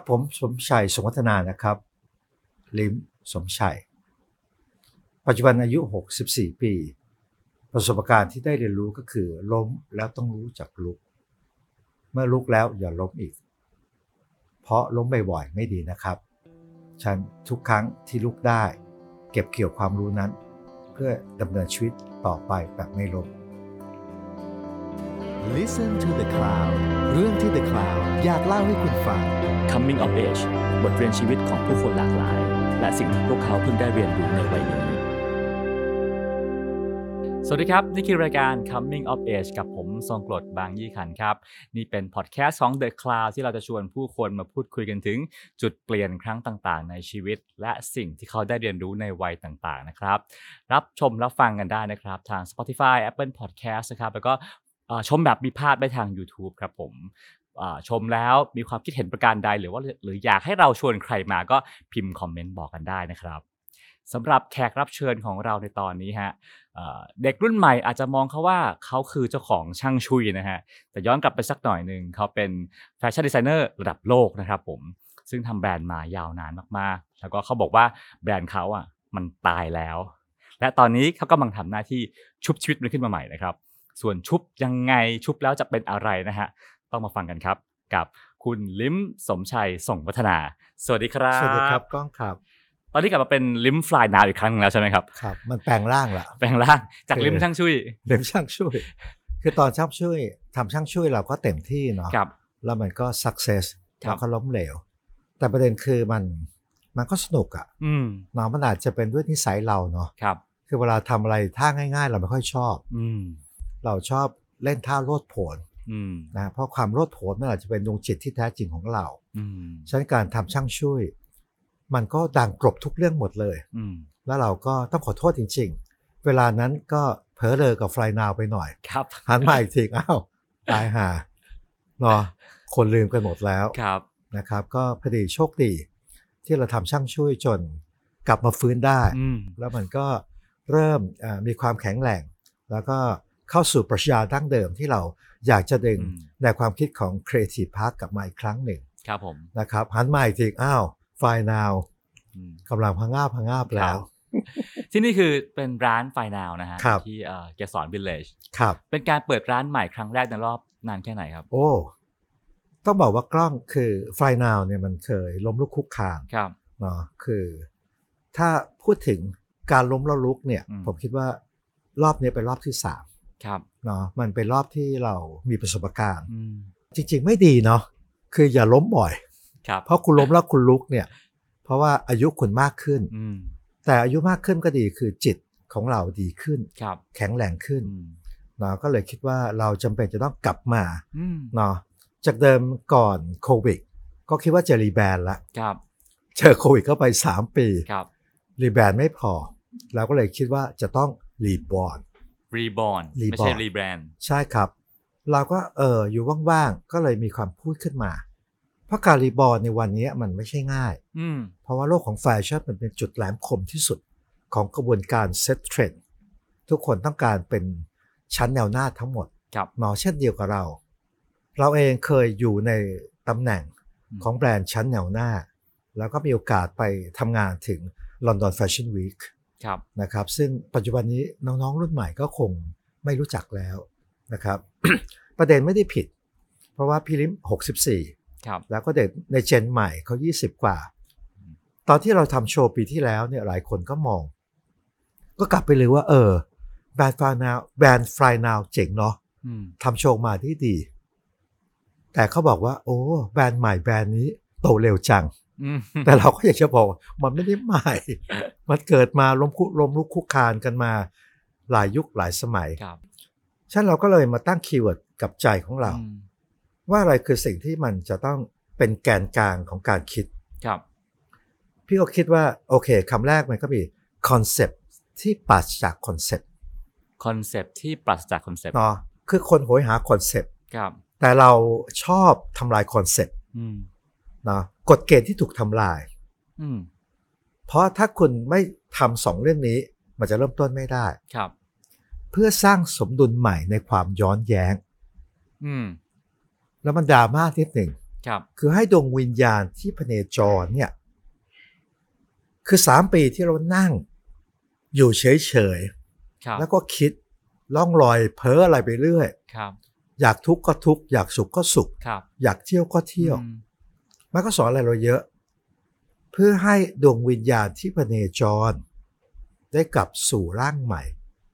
ผมสมชัยสมวัฒนานะครับลิมสมชัยปัจจุบันอายุ64ปีประสบการณ์ที่ได้เรียนรู้ก็คือล้มแล้วต้องรู้จักลุกเมื่อลุกแล้วอย่าล้มอีกเพราะล้มบ่อยๆไม่ดีนะครับฉันทุกครั้งที่ลุกได้เก็บเกี่ยวความรู้นั้นเพื่อดำเนินชีวิตต่อไปแบบไม่ล้ม Listen to the Cloud เรื่องที่ The Cloud อยากเล่าให้คุณฟัง Coming of Age บทเรียนชีวิตของผู้คนหลากหลายและสิ่งที่พวกเขาเพิ่งได้เรียนรู้ในวัยนี้สวัสดีครับนี่คือรายการ Coming of Age กับผมทรงกรดบางยี่ขันครับนี่เป็นพอดแคสต์ของ The Cloud ที่เราจะชวนผู้คนมาพูดคุยกันถึงจุดเปลี่ยนครั้งต่างๆในชีวิตและสิ่งที่เขาได้เรียนรู้ในวัยต่างๆนะครับรับชมรับฟังกันได้นะครับทาง Spotify Apple Podcast นะครับแล้วก็ชมแบบมีภาพได้ทาง YouTube ครับผมชมแล้วมีความคิดเห็นประการใดหรืออยากให้เราชวนใครมาก็พิมพ์คอมเมนต์บอกกันได้นะครับสำหรับแขกรับเชิญของเราในตอนนี้ฮะเด็กรุ่นใหม่อาจจะมองเขาว่าเขาคือเจ้าของช่างชุยนะฮะแต่ย้อนกลับไปสักหน่อยนึงเขาเป็นแฟชั่นดีไซเนอร์ระดับโลกนะครับผมซึ่งทำแบรนด์มายาวนานมากๆแล้วก็เขาบอกว่าแบรนด์เขาอ่ะมันตายแล้วและตอนนี้เขากำลังทำหน้าที่ชุบชีวิตมันขึ้นมาใหม่นะครับส่วนชุบยังไงชุบแล้วจะเป็นอะไรนะฮะต้องมาฟังกันครับกับคุณลิ้มสมชัยส่งวัฒนาสวัสดีครับสวัสดีครับก้องครับตอนนี้กลับมาเป็นลิ้มฟลายนาวอีกครั้งนึงแล้วใช่ไหมครับครับมันแปลงร่างละแปลงร่างจากลิ้มช่างชุยลิมช่างช่วยคือตอนช่างช่วยทำช่างช่วยเราก็เต็มที่เนาะแล้วมันก็ success แล้วก็ล้มเหลวแต่ประเด็นคือมันก็สนุกอ่ะเนาะมันอาจจะเป็นด้วยนิสัยเราเนาะคือเวลาทำอะไรท่าง่ายๆเราไม่ค่อยชอบเราชอบเล่นท่าโลดโผนนะเพราะความโลดโผนมันอาจจะเป็นดวงจิตที่แท้จริงของเราฉะนั้นการทำช่างช่วยมันก็ดังกลบทุกเรื่องหมดเลยแล้วเราก็ต้องขอโทษจริงๆเวลานั้นก็เผลอเลยกับฟลายนาวไปหน่อยหันมาอีกทีอ้าวตายห่าเนาะคนลืมกันหมดแล้วนะครับก็พอดีโชคดีที่เราทำช่างช่วยจนกลับมาฟื้นได้แล้วมันก็เริ่มมีความแข็งแรงแล้วก็เข้าสู่ปรัชญาดั้งเดิมที่เราอยากจะดึงในความคิดของ Creative Park กลับมาอีกครั้งหนึ่งครับผมนะครับหันมาอีกทีอ้าวไฟนาวกำลังพังงาบแล้วที่นี่คือเป็นร้านไฟนาวนะฮะที่เกสรวิลเลจเป็นการเปิดร้านใหม่ครั้งแรกในรอบนานแค่ไหนครับโอ้ต้องบอกว่ากล้องคือไฟนาวเนี่ยมันเคยล้มลุกคุกคานเนาะคือถ้าพูดถึงการล้มแล้วลุกเนี่ยผมคิดว่ารอบนี้เป็นรอบที่3เนาะมันเป็นรอบที่เรามีประสบการณ์จริงๆไม่ดีเนาะคืออย่าล้มบ่อยเพราะคุณล้มแล้วคุณลุกเนี่ยเพราะว่าอายุคุณมากขึ้นแต่อายุมากขึ้นก็ดีคือจิตของเราดีขึ้นแข็งแรงขึ้นเนาะก็เลยคิดว่าเราจำเป็นจะต้องกลับมาเนาะจากเดิมก่อนโควิดก็คิดว่าจะรีแบรนด์ละเจอโควิดเข้าไป3 ปีรีแบรนด์ไม่พอเราก็เลยคิดว่าจะต้องรีบอร์นไม่ใช่รีแบรนด์ใช่ครับเราก็อยู่ว่างๆก็เลยมีความพูดขึ้นมาเพราะการรีบอร์นในวันนี้มันไม่ใช่ง่ายเพราะว่าโลกของแฟชั่นมันเป็นจุดแหลมคมที่สุดของกระบวนการเซตเทรนด์ทุกคนต้องการเป็นชั้นแนวหน้าทั้งหมดเนาะเช่นเดียวกับเราเองเคยอยู่ในตำแหน่งของแบรนด์ชั้นแนวหน้าแล้วก็มีโอกาสไปทำงานถึง London Fashion Week นะครับซึ่งปัจจุบันนี้น้องๆรุ่นใหม่ก็คงไม่รู้จักแล้วนะครับ ประเด็นไม่ได้ผิดเพราะว่าพี่ลิม64แล้วก็เด็กในเจนใหม่เขา20กว่าตอนที่เราทำโชว์ปีที่แล้วเนี่ยหลายคนก็มองก็กลับไปเลยว่าแบรนด์ฟลายนาวเจ๋งเนาะทำโชว์มาที่ดีแต่เขาบอกว่าโอ้แบรนด์ใหม่แบรนด์นี้โตเร็วจังแต่เราก็อยากจะบอกมันไม่ได้ใหม่มันเกิดมาล้มลุกคุกคานกันมาหลายยุคหลายสมัยฉะนั้นเราก็เลยมาตั้งคีย์เวิร์ดกับใจของเราว่าอะไรคือสิ่งที่มันจะต้องเป็นแกนกลางของการคิดพี่ก็คิดว่าโอเคคำแรกมันก็มีคอนเซปต์ที่ปราศจากคอนเซปต์ที่ปราศจากคอนเซปต์เนาะคือคนโหยหาคอนเซปต์แต่เราชอบทำลายคอนเซปต์นะกฎเกณฑ์ที่ถูกทำลายเพราะถ้าคุณไม่ทำ2เรื่องนี้มันจะเริ่มต้นไม่ได้เพื่อสร้างสมดุลใหม่ในความย้อนแย้งแล้วมันดราม่านิดหนึ่งครับคือให้ดวงวิญญาณที่พเนจรเนี่ยคือ3 ปีที่เรานั่งอยู่เฉยๆแล้วก็คิดล่องลอยเพ้ออะไรไปเรื่อยอยากทุกข์ก็ทุกข์อยากสุขก็สุขอยากเที่ยวก็เที่ยวมันก็สอนอะไรเราเยอะเพื่อให้ดวงวิญญาณที่พเนจรได้กลับสู่ร่างใหม่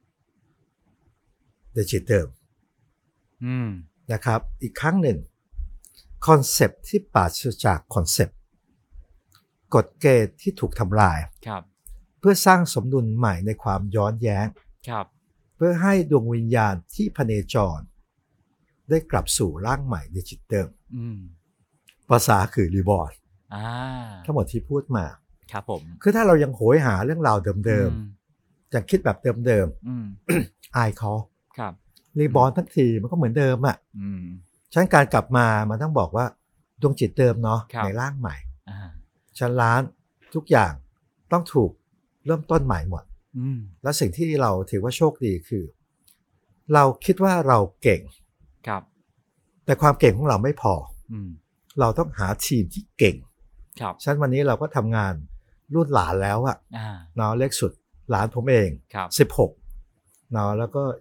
ในจิตเดิมนะครับอีกครั้งหนึ่งคอนเซปต์ที่ปราศจากคอนเซปต์กฎเกณฑ์ที่ถูกทำลายเพื่อสร้างสมดุลใหม่ในความย้อนแย้งเพื่อให้ดวงวิญญาณที่พเนจรได้กลับสู่ร่างใหม่ในจิตเดิมภาษาคือรีบอร์นทั้งหมดที่พูดมาครับผมคือถ้าเรายังโหยหาเรื่องราวเดิมๆยังคิดแบบเดิมๆอายเขารีบอร์นทั้งทีมันก็เหมือนเดิมอ่ะฉะนั้นการกลับมามันต้องบอกว่าดวงจิตเดิมเนาะในร่างใหม่ชั้นล้านทุกอย่างต้องถูกเริ่มต้นใหม่หมดแล้วสิ่งที่เราถือว่าโชคดีคือเราคิดว่าเราเก่งแต่ความเก่งของเราไม่พอเราต้องหาทีมที่เก่งฉะนั้นวันนี้เราก็ทำงานรุ่นหลานแล้วอะเนาะเล็กสุดหลานผมเอง16เนาะแล้วก็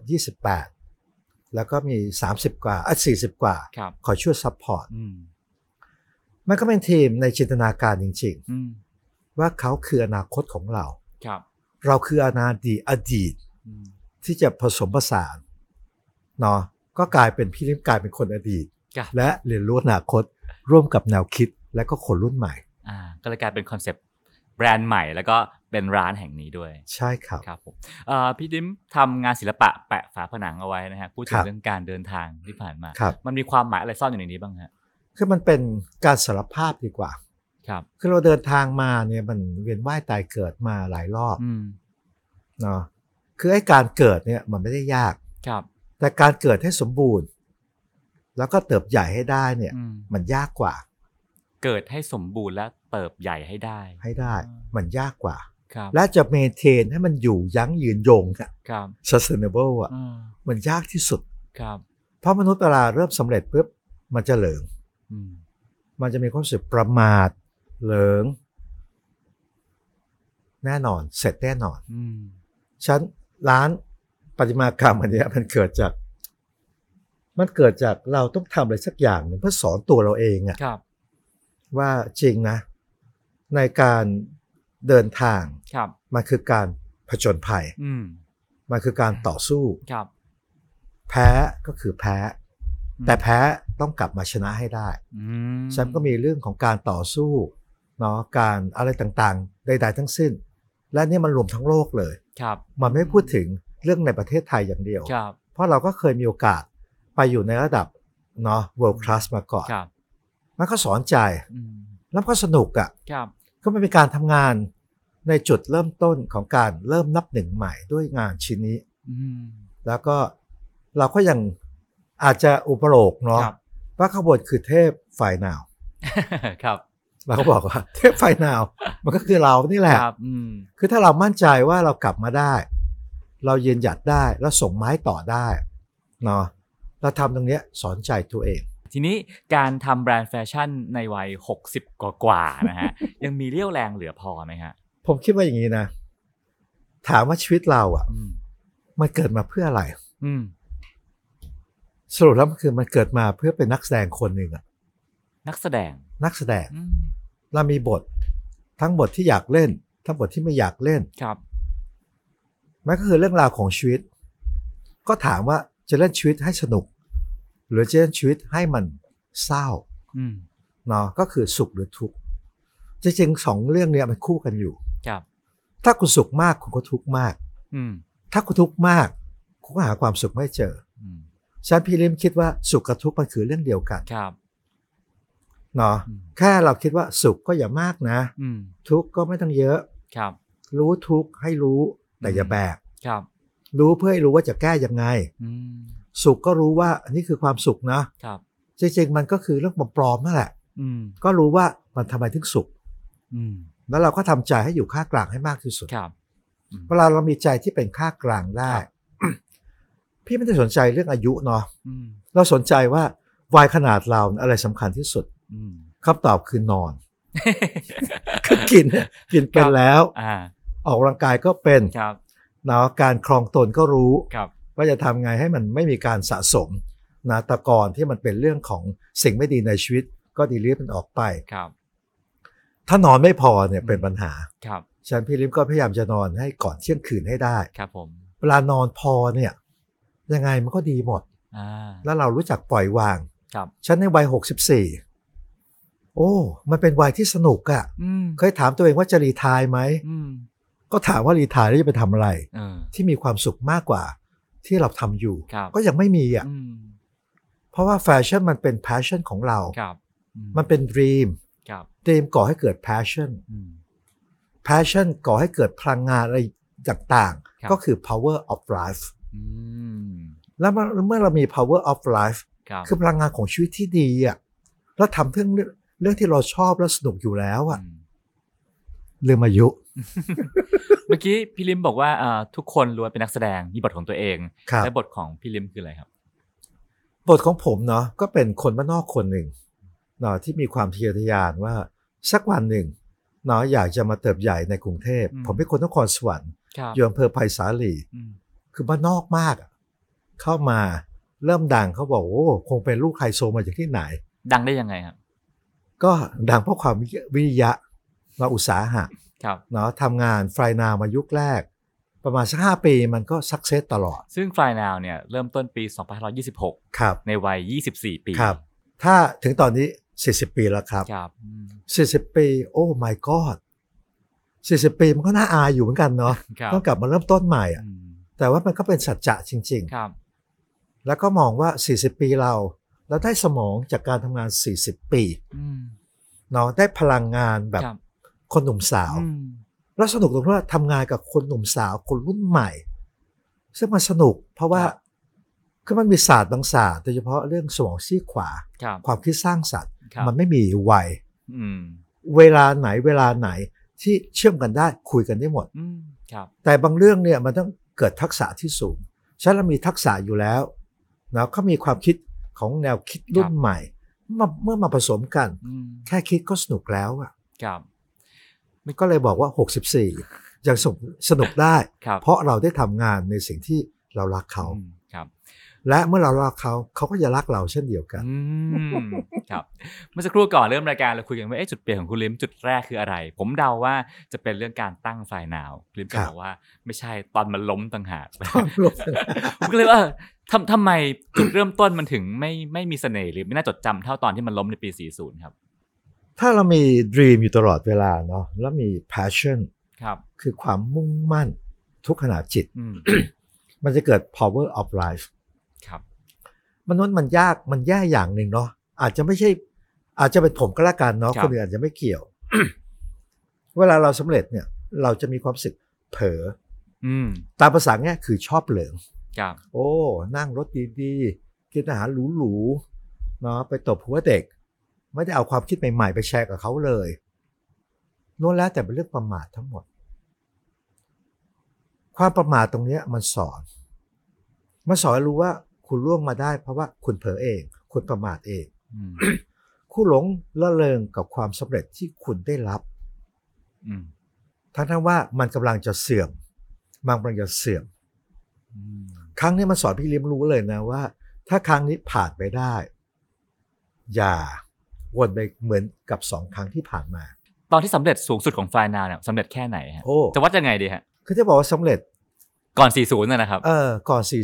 28แล้วก็มี30กว่า40กว่าคอยช่วยซัพพอร์ตมันก็เป็นทีมในจินตนาการจริงๆว่าเขาคืออนาคตของเราเราคืออดีตที่จะผสมผสานเนาะก็กลายเป็นพี่ลิมกลายเป็นคนอดีตและเรียนรู้อนาคตร่วมกับแนวคิดและก็คนรุ่นใหม่ก็เลยกลายเป็นคอนเซปต์แบรนด์ใหม่แล้วก็เป็นร้านแห่งนี้ด้วยใช่ครับครับผมพี่ดิมทำงานศิลปะแปะฝาผนังเอาไว้นะฮะพูดถึงเรื่องการเดินทางที่ผ่านมามันมีความหมายอะไรซ่อนอยู่ในนี้บ้างฮะคือมันเป็นการสารภาพดีกว่าคือเราเดินทางมาเนี่ยมันเวียนว่ายตายเกิดมาหลายรอบเนาะคือไอ้การเกิดเนี่ยมันไม่ได้ยากแต่การเกิดให้สมบูรณ์แล้วก็เติบใหญ่ให้ได้เนี่ยมันยากกว่าเกิดให้สมบูรณ์และเติบใหญ่ให้ได้มันยากกว่าและจะเมนเทนให้มันอยู่ยั้งยืนยงอะ sustainable อะมันยากที่สุดเพราะมนุษย์เวลาเริ่มสำเร็จปุ๊บมันจะเหลิงมันจะมีความรู้สึกประมาทเหลิงแน่นอนเสร็จแน่นอนฉันร้านประติมากรรมอันนี้มันเกิดจากเราต้องทำอะไรสักอย่างหนึ่งเพื่อสอนตัวเราเองอะว่าจริงนะในการเดินทางมันคือการผจญภัยมันคือการต่อสู้แพ้ก็คือแพ้แต่แพ้ต้องกลับมาชนะให้ได้ฉันก็มีเรื่องของการต่อสู้เนาะการอะไรต่างๆใดๆทั้งสิ้นและนี่มันรวมทั้งโลกเลยมันไม่พูดถึงเรื่องในประเทศไทยอย่างเดียวเพราะเราก็เคยมีโอกาสไปอยู่ในระดับเนาะ world class มาก่อนมันก็สอนใจแล้วก็สนุกอ่ะก็เป็นการทำงานในจุดเริ่มต้นของการเริ่มนับหนึ่งใหม่ด้วยงานชิ้นนี้แล้วก็เราก็ยังอาจจะอุปโลกเนาะว่าข้างบนคือเทพไฟนาวเราก็บอกว่าเทพไฟนาวมันก็คือเรานี่แหละคือถ้าเรามั่นใจว่าเรากลับมาได้เรายืนหยัดได้แล้วส่งไม้ต่อได้เนาะเราทำตรงนี้สอนใจตัวเองทีนี้การทำแบรนด์แฟชั่นในวัย60กว่าๆนะฮะ ยังมีเรี่ยวแรงเหลือพอไหมฮะผมคิดว่าอย่างนี้นะถามว่าชีวิตเราอ่ะมันเกิดมาเพื่ออะไรสรุปแล้วมันเกิดมาเพื่อเป็นนักแสดงคนหนึ่งอ่ะนักแสดงเรามีบททั้งบทที่อยากเล่นทั้งบทที่ไม่อยากเล่นมันก็คือเรื่องราวของชีวิตก็ถามว่าจะเล่นชีวิตให้สนุกหรือจะเล่นชีวิตให้มันเศร้าเนาะก็คือสุขหรือทุกข์จริงๆ2เรื่องนี้มันคู่กันอยู่ถ้าคุณสุขมากคุณก็ทุกข์มากถ้าคุณทุกข์มากคุณก็หาความสุขไม่เจอฉันพี่ลิมคิดว่าสุขกับทุกข์มันคือเรื่องเดียวกันเนาะแค่เราคิดว่าสุขก็อย่ามากนะทุกข์ก็ไม่ต้องเยอะรู้ทุกข์ให้รู้แต่อย่าแบกรู้เพื่อให้รู้ว่าจะแก้ยังไงสุขก็รู้ว่าอันนี้คือความสุขนะจริงๆมันก็คือเรื่องปลอมๆนั่นแหละก็รู้ว่ามันทำไมถึงสุขแล้วเราก็ทำใจให้อยู่ค่ากลางให้มากที่สุดเวลาเรามีใจที่เป็นค่ากลางได้ พี่ไม่ได้สนใจเรื่องอายุเนาะเราสนใจว่าวัยขนาดเราอะไรสำคัญที่สุดคำตอบคือนอน คือกินเป็นแล้วออกกำลังกายก็เป็นนะการครองตนก็รู้ว่าจะทำไงให้มันไม่มีการสะสมนะตะกอนที่มันเป็นเรื่องของสิ่งไม่ดีในชีวิตก็ดีลีฟมันออกไปถ้านอนไม่พอเนี่ยเป็นปัญหาฉันพี่ลิมก็พยายามจะนอนให้ก่อนเที่ยงคืนให้ได้เวลานอนพอเนี่ยยังไงมันก็ดีหมดแล้วเรารู้จักปล่อยวางฉันในวัย64โอ้มันเป็นวัยที่สนุกอะเคยถามตัวเองว่าจะรีไทร์ไหมก็ถามว่ารีไทร์แล้วจะไปทำอะไรที่มีความสุขมากกว่าที่เราทำอยู่ก็ยังไม่มีอ่ะเพราะว่าแฟชั่นมันเป็น passion ของเรามันเป็น dream ก่อให้เกิด passion ก่อให้เกิดพลังงานอะไรต่างๆก็คือ power of life แล้วเมื่อเรามี power of life คือพลังงานของชีวิตที่ดีอ่ะแล้วทำเรื่องที่เราชอบแล้วสนุกอยู่แล้วอ่ะลืมอายุเมื่อกี้พี่ลิมบอกว่าทุกคนล้วนเป็นนักแสดงมีบทของตัวเองและบทของพี่ลิมคืออะไรครับบทของผมเนาะก็เป็นคนบ้านนอกคนหนึ่งเนาะที่มีความทะเยอทะยานว่าสักวันหนึ่งเนาะอยากจะมาเติบใหญ่ในกรุงเทพผมเป็นคนนครสวรรค์อยู่อำเภอไผ่สาลีคือบ้านนอกมากเข้ามาเริ่มดังเขาบอกโอ้คงเป็นลูกไฮโซมาจากที่ไหนดังได้ยังไงครับก็ดังเพราะความวิริยะและอุตสาหะเนาะทำงานไฟนาวมายุคแรกประมาณสัก5 ปีมันก็สักเซสตลอดซึ่งไฟนาวเนี่ยเริ่มต้นปี2526 ครับในวัย24 ปีครับถ้าถึงตอนนี้40 ปีแล้วครับ40 ปีโอ้ my god 40 ปีมันก็น่าอายอยู่เหมือนกันเนาะต้องกลับมาเริ่มต้นใหม่อ่ะแต่ว่ามันก็เป็นสัจจะจริงๆแล้วก็มองว่า40 ปีเราได้สมองจากการทำงาน40 ปีเนาะได้พลังงานแบบคนหนุ่มสาวแล้วสนุกตรงที่ว่าทำงานกับคนหนุ่มสาวคนรุ่นใหม่ซึ่งมันสนุกเพราะว่าคือมันมีศาสตร์บางศาสตร์โดยเฉพาะเรื่องสมองซีกขวาความคิดสร้างสรรค์มันไม่มีวัยเวลาไหนที่เชื่อมกันได้คุยกันได้หมดแต่บางเรื่องเนี่ยมันต้องเกิดทักษะที่สูงฉันเรามีทักษะอยู่แล้วนะเขามีความคิดของแนวคิดรุ่นใหม่เมื่อมาผสมกันแค่คิดก็สนุกแล้วอ่ะมันก็เลยบอกว่า64ยังสนุกได้เพราะเราได้ทำงานในสิ่งที่เรารักเขาและเมื่อเรารักเขาก็จะรักเราเช่นเดียวกันครับเมื่อสักครู่ก่อนเริ่มรายการเราคุยกันว่าจุดเปลี่ยนของคุณลิมจุดแรกคืออะไรผมเดาว่าจะเป็นเรื่องการตั้งไฟนาวลิมก็บอกว่าไม่ใช่ตอนมันล้มต่างหากผมก็เลยว่าทำไมจุดเริ่มต้นมันถึงไม่มีเสน่ห์หรือไม่น่าจดจำเท่าตอนที่มันล้มในปี40ครับถ้าเรามี dream อยู่ตลอดเวลาเนาะแล้วมี passion คือความมุ่งมั่นทุกขณะจิต มันจะเกิด power of life มนุษย์มันแย่อย่างหนึ่งเนาะอาจจะเป็นผมก็แล้วกันเนาะคนอื่นอาจจะไม่เกี่ยว เวลาเราสำเร็จเนี่ยเราจะมีความรู้สึกเผลอตามภาษาเนี่ยคือชอบเหลิงโอ้นั่งรถดีๆกินอาหารหรูๆเนาะไปตบหัวเด็กไม่ได้เอาความคิดใหม่ๆไปแชร์กับเขาเลยล้วนแล้วแต่เป็นเรื่องประมาททั้งหมดความประมาทตรงนี้มันสอนให้รู้ว่าคุณล่วงมาได้เพราะว่าคุณเผลอเองคุณประมาทเองคุณหลงละเลงกับความสำเร็จที่คุณได้รับทั้งว่ามันกำลังจะเสื่อมมันกำลังจะเสื่อมครั้งนี้มันสอนพี่ลิมรู้เลยนะว่าถ้าครั้งนี้ผ่านไปได้อย่าวนไปเหมือนกับ2 ครั้งที่ผ่านมาตอนที่สำเร็จสูงสุดของไฟนาวเนี่ยสำเร็จแค่ไหนฮะจะวัดยังไงดีฮะคือจะบอกว่าสำเร็จก่อน40นะครับก่อน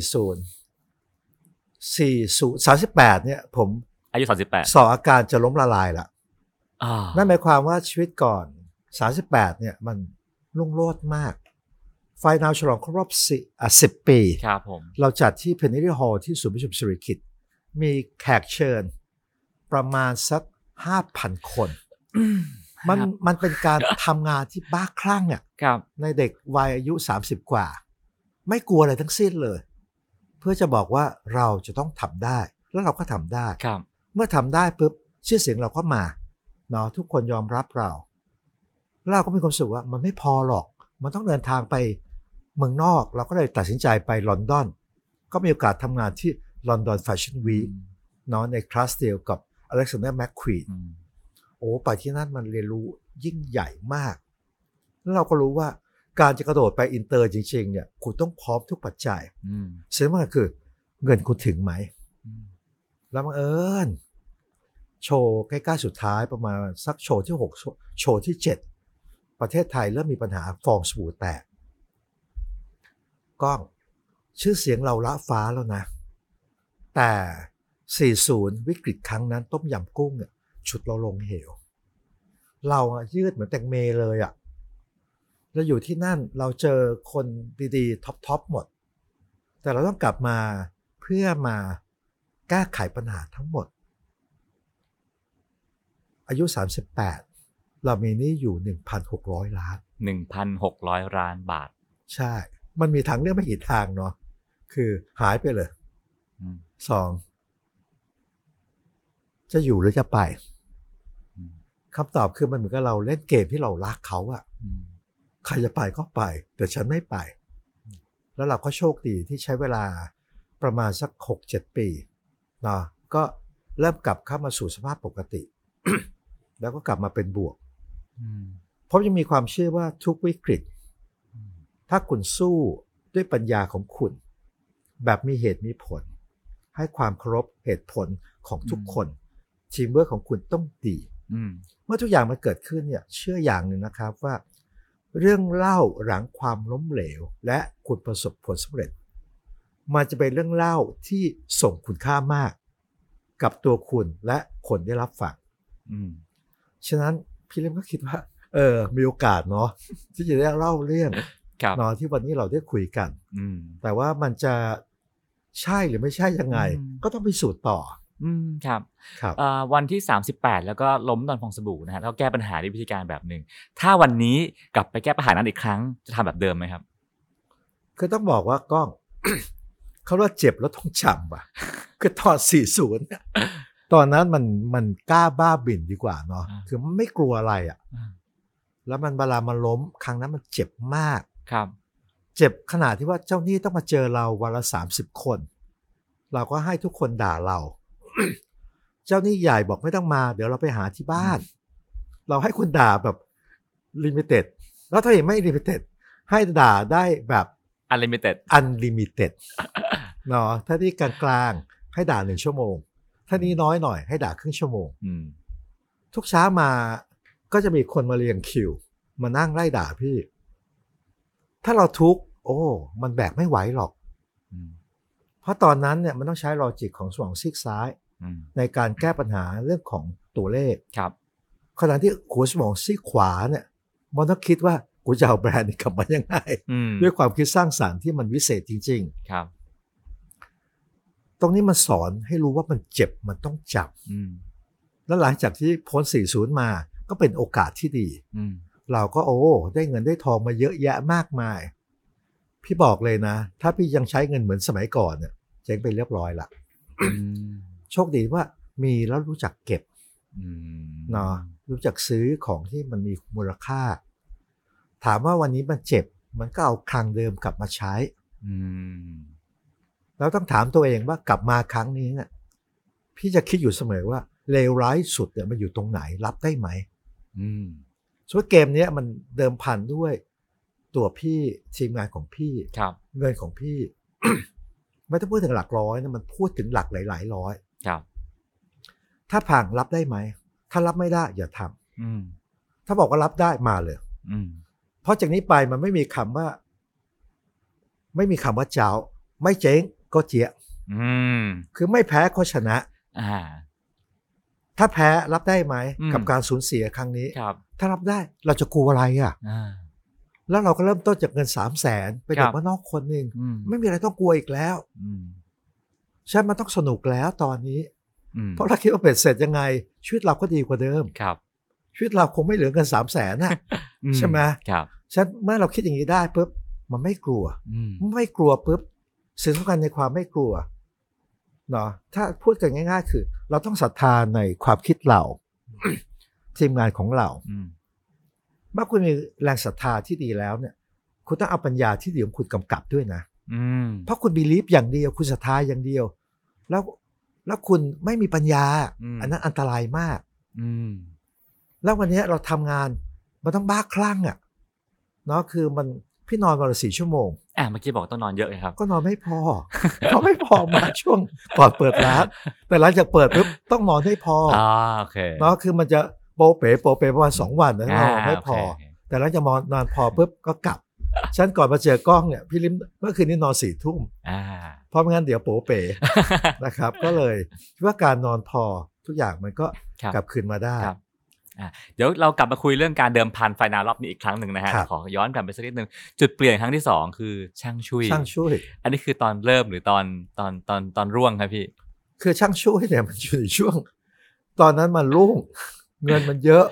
38เนี่ยผมอายุ38 สออาการจะล้มละลายละนั่นหมายความว่าชีวิตก่อน38เนี่ยมันรุ่งโรจน์มากไฟนาวฉลองครบรอบ10 ปีครับผมเราจัดที่เพนนีฮอลล์ที่ศูนย์ประชุมสิริกิติ์มีแขกเชิญประมาณสัก 5,000 คนมันเป็นการทำงานที่บ้าคลั่งอ่ะในเด็กวัยอายุ30 กว่าไม่กลัวอะไรทั้งสิ้นเลยเพื่อจะบอกว่าเราจะต้องทำได้แล้วเราก็ทำได้เมื่อทำได้ปุ๊บชื่อเสียงเราก็มาเนาะทุกคนยอมรับเราก็มีความรู้สึกว่ามันไม่พอหรอกมันต้องเดินทางไปเมืองนอกเราก็เลยตัดสินใจไปลอนดอนก็มีโอกาสทำงานที่ลอนดอนแฟชั่นวีคเนาะในคลาสเดียวกับอเล็กซานเดอร์แมคควีนโอ้ไปที่นั่นมันเรียนรู้ยิ่งใหญ่มากแล้วเราก็รู้ว่าการจะกระโดดไปอินเตอร์จริงๆเนี่ยคุณต้องพร้อมทุกปัจจัยซึ่งมันคือเงินคุณถึงไหมแล้วบังเอิญโชว์ใกล้ๆสุดท้ายประมาณสักโชว์ที่6โชว์ที่7ประเทศไทยเริ่มมีปัญหาฟองสบู่แตกก้องชื่อเสียงเราละฟ้าแล้วนะแต่40วิกฤตครั้งนั้นต้มยำกุ้งเนี่ยฉุดเราลงเหวเรายืดเหมือนแตงเมเลยอ่ะแล้วอยู่ที่นั่นเราเจอคนดีๆท็อปหมดแต่เราต้องกลับมาเพื่อมาแก้ไขปัญหาทั้งหมดอายุ38เรามีหนี้อยู่ 1,600 ล้าน 1,600 ล้านบาทใช่มันมีทางเลือกไม่กี่ทางเนาะคือหายไปเลย2จะอยู่หรือจะไปคำตอบคือมันเหมือนกับเราเล่นเกมที่เรารักเขาอะใครจะไปก็ไปแต่ฉันไม่ไปแล้วเราก็โชคดีที่ใช้เวลาประมาณสัก 6-7 ปีเนาะก็เริ่มกลับเข้ามาสู่สภาพปกติ แล้วก็กลับมาเป็นบวกเพราะยังมีความเชื่อว่าทุกวิกฤตถ้าคุณสู้ด้วยปัญญาของคุณแบบมีเหตุมีผลให้ความเคารพเหตุผลของทุกคนทีมเวิร์คของคุณต้องดีเมื่อทุกอย่างมันเกิดขึ้นเนี่ยเชื่ออย่างหนึ่งนะครับว่าเรื่องเล่าหลังความล้มเหลวและคุณประสบผลสำเร็จมันจะเป็นเรื่องเล่าที่ส่งคุณค่ามากกับตัวคุณและคนได้รับฟังฉะนั้นพี่เล่มก็คิดว่ามีโอกาสเนาะที่จะได้เล่าเรื่องเนาะที่วันนี้เราได้คุยกันแต่ว่ามันจะใช่หรือไม่ใช่ยังไงก็ต้องพิสูจน์ต่อครับวันที่38แล้วก็ล้มตอนฟองสบู่นะฮะแล้วแก้ปัญหาด้วยวิธีการแบบหนึ่งถ้าวันนี้กลับไปแก้ปัญหานั้นอีกครั้งจะทำแบบเดิมไหมครับคือต้องบอกว่าก้อง เขาว่าเจ็บแล้วต้องจำว่ะคือตอน40ตอนนั้นมันกล้าบ้าบิ่นดีกว่าเนาะคือมันไม่กลัวอะไรอ่ะแล้วมันเวลามันล้มครั้งนั้นมันเจ็บมากครับเจ็บขนาดที่ว่าเจ้าหนี้ต้องมาเจอเราวันละ30 คนเราก็ให้ทุกคนด่าเรา เจ้าหนี้ใหญ่บอกไม่ต้องมาเดี๋ยวเราไปหาที่บ้านเราให้คุณด่าแบบลิมิเต็ดแล้วถ้าไม่ลิมิเต็ดให้ด่าได้แบบอันลิมิเต็ดเนาะถ้าที่กลางๆให้ด่า1 ชั่วโมงถ้านี้น้อยหน่อยให้ด่าครึ่งชั่วโมงทุกเช้ามาก็จะมีคนมาเรียงคิวมานั่งไล่ด่าพี่ถ้าเราทุกข์โอ้มันแบกไม่ไหวหรอกเพราะตอนนั้นเนี่ยมันต้องใช้ลอจิกของสมองซีกซ้ายในการแก้ปัญหาเรื่องของตัวเลขครับขณะที่หัวสมองซีกขวาเนี่ยมันต้องคิดว่ากูจะเอาแบรนด์นี้กลับมายังไงด้วยความคิดสร้างสรรค์ที่มันวิเศษจริงๆครับตรงนี้มันสอนให้รู้ว่ามันเจ็บมันต้องจับแล้วหลังจากที่พ้น40มาก็เป็นโอกาสที่ดีเราก็ได้เงินได้ทองมาเยอะแยะมากมายพี่บอกเลยนะถ้าพี่ยังใช้เงินเหมือนสมัยก่อนเนี่ยเจ๊งไปเรียบร้อยละโชคดีว่ามีแล้วรู้จักเก็บเนาะรู้จักซื้อของที่มันมีมูลค่าถามว่าวันนี้มันเจ็บมันก็เอาคลังเดิมกลับมาใช้แล้วต้องถามตัวเองว่ากลับมาครั้งนี้เนี่ยพี่จะคิดอยู่เสมอว่าเลวร้ายสุดเนี่ยมันอยู่ตรงไหนรับได้ไหมส่วนเกมนี้มันเดิมพันด้วยตัวพี่ทีมงานของพี่เงินของพี่ ไม่ต้องพูดถึงหลักร้อยนะมันพูดถึงหลักหลายๆร้อยถ้าพังรับได้ไหมถ้ารับไม่ได้อย่าทำถ้าบอกว่ารับได้มาเลยเพราะจากนี้ไปมันไม่มีคำว่าเจ้าไม่เจ๊งก็เจี๊ยคือไม่แพ้ก็ชนะถ้าแพ้รับได้ไหมกับการสูญเสียครั้งนี้ถ้ารับได้เราจะกลัวอะไรอ่ะแล้วเราก็เริ่มต้นจากเงิน300,000ไปเด็กบ้านนอกคนหนึ่งไม่มีอะไรต้องกลัวอีกแล้วใช่มันต้องสนุกแล้วตอนนี้เพราะเราคิดว่าเป็นเสร็จยังไงชีวิตเราก็ดีกว่าเดิมชีวิตเราคงไม่เหลือเงิน300,000น่ะใช่ไหมฉะนั้นเมื่อเราคิดอย่างนี้ได้ปุ๊บมันไม่กลัวปุ๊บสิ่งสำคัญในความไม่กลัวเนาะถ้าพูดกันง่ายๆคือเราต้องศรัทธาในความคิดเรา ทีมงานของเราเมื่อคุณมีแรงศรัทธาที่ดีแล้วเนี่ยคุณต้องเอาปัญญาที่ดีของคุณกำกับด้วยนะเพราะคุณบีลีฟอย่างเดียวคุณศรัทธาอย่างเดียวแล้วคุณไม่มีปัญญาอันนั้นอันตรายมากแล้ววันนี้เราทำงานมันต้องบ้าคลั่งเนาะคือมันพี่นอนวันละ4 ชั่วโมงเมื่อกี้บอกต้องนอนเยอะเลยครับก็นอนไม่พอ ก็ไม่พอมาช่วงก่อนเปิดร้านแต่หลังจากเปิดปุ๊บต้องนอนให้พอโอเคเนาะคือมันจะโปเป๋ประมาณ2 วันนะนอนไม่พอแต่หลังจากนอนพอปุ๊บก็กลับฉันก่อนมาเจอกล้องเนี่ยพี่ลิมเมื่อคืนนี้นอน4 ทุ่มเพราะไม่งั้นเดี๋ยวโปเป๋นะครับก็เลยคิดว่าการนอนพอทุกอย่างมันก็กลับคืนมาได้เดี๋ยวเรากลับมาคุยเรื่องการเดิมพันไฟนอลรอบนี้อีกครั้งหนึ่งนะฮะขอย้อนกลับไปสักนิดนึงจุดเปลี่ยนครั้งที่2คือช่างช่วยอันนี้คือตอนเริ่มหรือตอนร่วงครับพี่คือช่างช่วยเนี่ยมันอยู่ในช่วงตอนนั้นมันรุ่งเงินมันเยอะ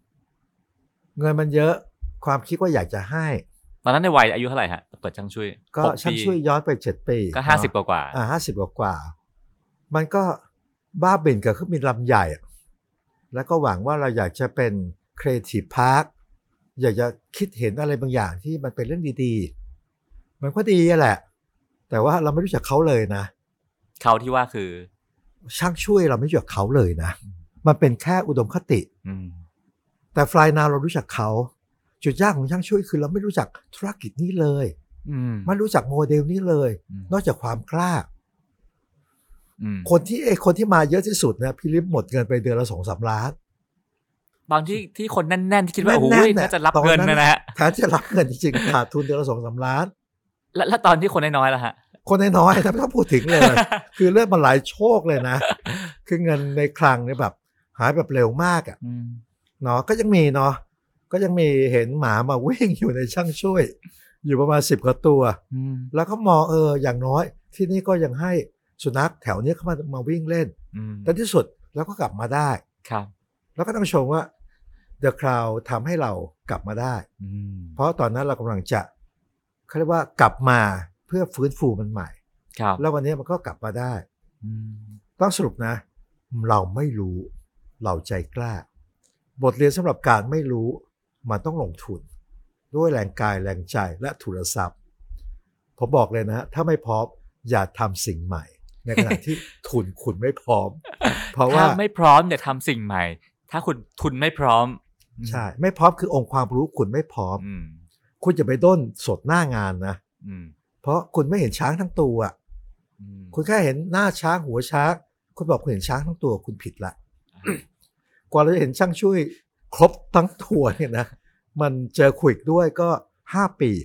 ความคิดว่าอยากจะให้ตอนนั้นในวัยอายุเท่าไหร่ฮะเปิดช่างช่วยก็ช่างช่วยย้อนไป7 ปีก็50กว่า 50กว่ามันก็บ้าเบ่นกับเครื่องบินลำใหญ่แล้วก็หวังว่าเราอยากจะเป็น Creative Park อยากจะคิดเห็นอะไรบางอย่างที่มันเป็นเรื่องดีๆมันก็ดีแหละแต่ว่าเราไม่รู้จักเขาเลยนะเขาที่ว่าคือช่างช่วยเราไม่รู้จักเขาเลยนะมันเป็นแค่อุดมคติแต่ฟลายนาวเรารู้จักเขาจุดยากของช่างช่วยคือเราไม่รู้จักธุรกิจนี้เลยไม่รู้จักโมเดลนี้เลยนอกจากความกล้าคนที่มาเยอะที่สุดนะพี่ลิฟหมดเงินไปเดือนละ 2-3 ล้านบางที่คนแน่นๆที่คิดว่าโอ้ยน่าจะรับเงินนะฮะถ้าจะรับเงินจริงๆขาดทุนเดือนละ 2-3 ล้านแล้วตอนที่คนน้อยๆล่ะฮะคนน้อยๆไม่ต้องพูดถึงเลยคือเรื่องมันหลายโชคเลยนะคือเงินในคลังเนี่ยแบบหายแบบเร็วมากเนาะก็ยังมีเห็นหมามาวิ่งอยู่ในช่างช่วยอยู่ประมาณ10 กว่าตัวแล้วก็มองอย่างน้อยที่นี่ก็ยังให้สุนัขแถวนี้เข้ามาวิ่งเล่นแต่ที่สุดแล้วก็กลับมาได้ครับแล้วก็ต้องชมว่า The Cloud ทำให้เรากลับมาได้เพราะตอนนั้นเรากำลังจะเขาเรียกว่ากลับมาเพื่อฟื้นฟูมันใหม่แล้ววันนี้มันก็กลับมาได้ต้องสรุปนะเราไม่รู้เราใจกล้าบทเรียนสำหรับการไม่รู้มันต้องลงทุนด้วยแรงกายแรงใจและทุนทรัพย์ผมบอกเลยนะถ้าไม่พร้อมอย่าทำสิ่งใหม่ในขณะที่ทุนคุณไม่พร้อมเพราะว่าถ้าไม่พร้อมอย่าทำสิ่งใหม่ถ้าคุณทุนไม่พร้อมใช่ไม่พร้อมคือองค์ความรู้คุณไม่พร้อมคุณจะไปด้นสดหน้างานนะเพราะคุณไม่เห็นช้างทั้งตัวคุณแค่เห็นหน้าช้างหัวช้างคุณบอกคุณเห็นช้างทั้งตัวคุณผิดละกว่าเราจะเห็นช่างช่วยครบทั้งตัวเนี่ยนะมันเจอควิกด้วยก็5 ปี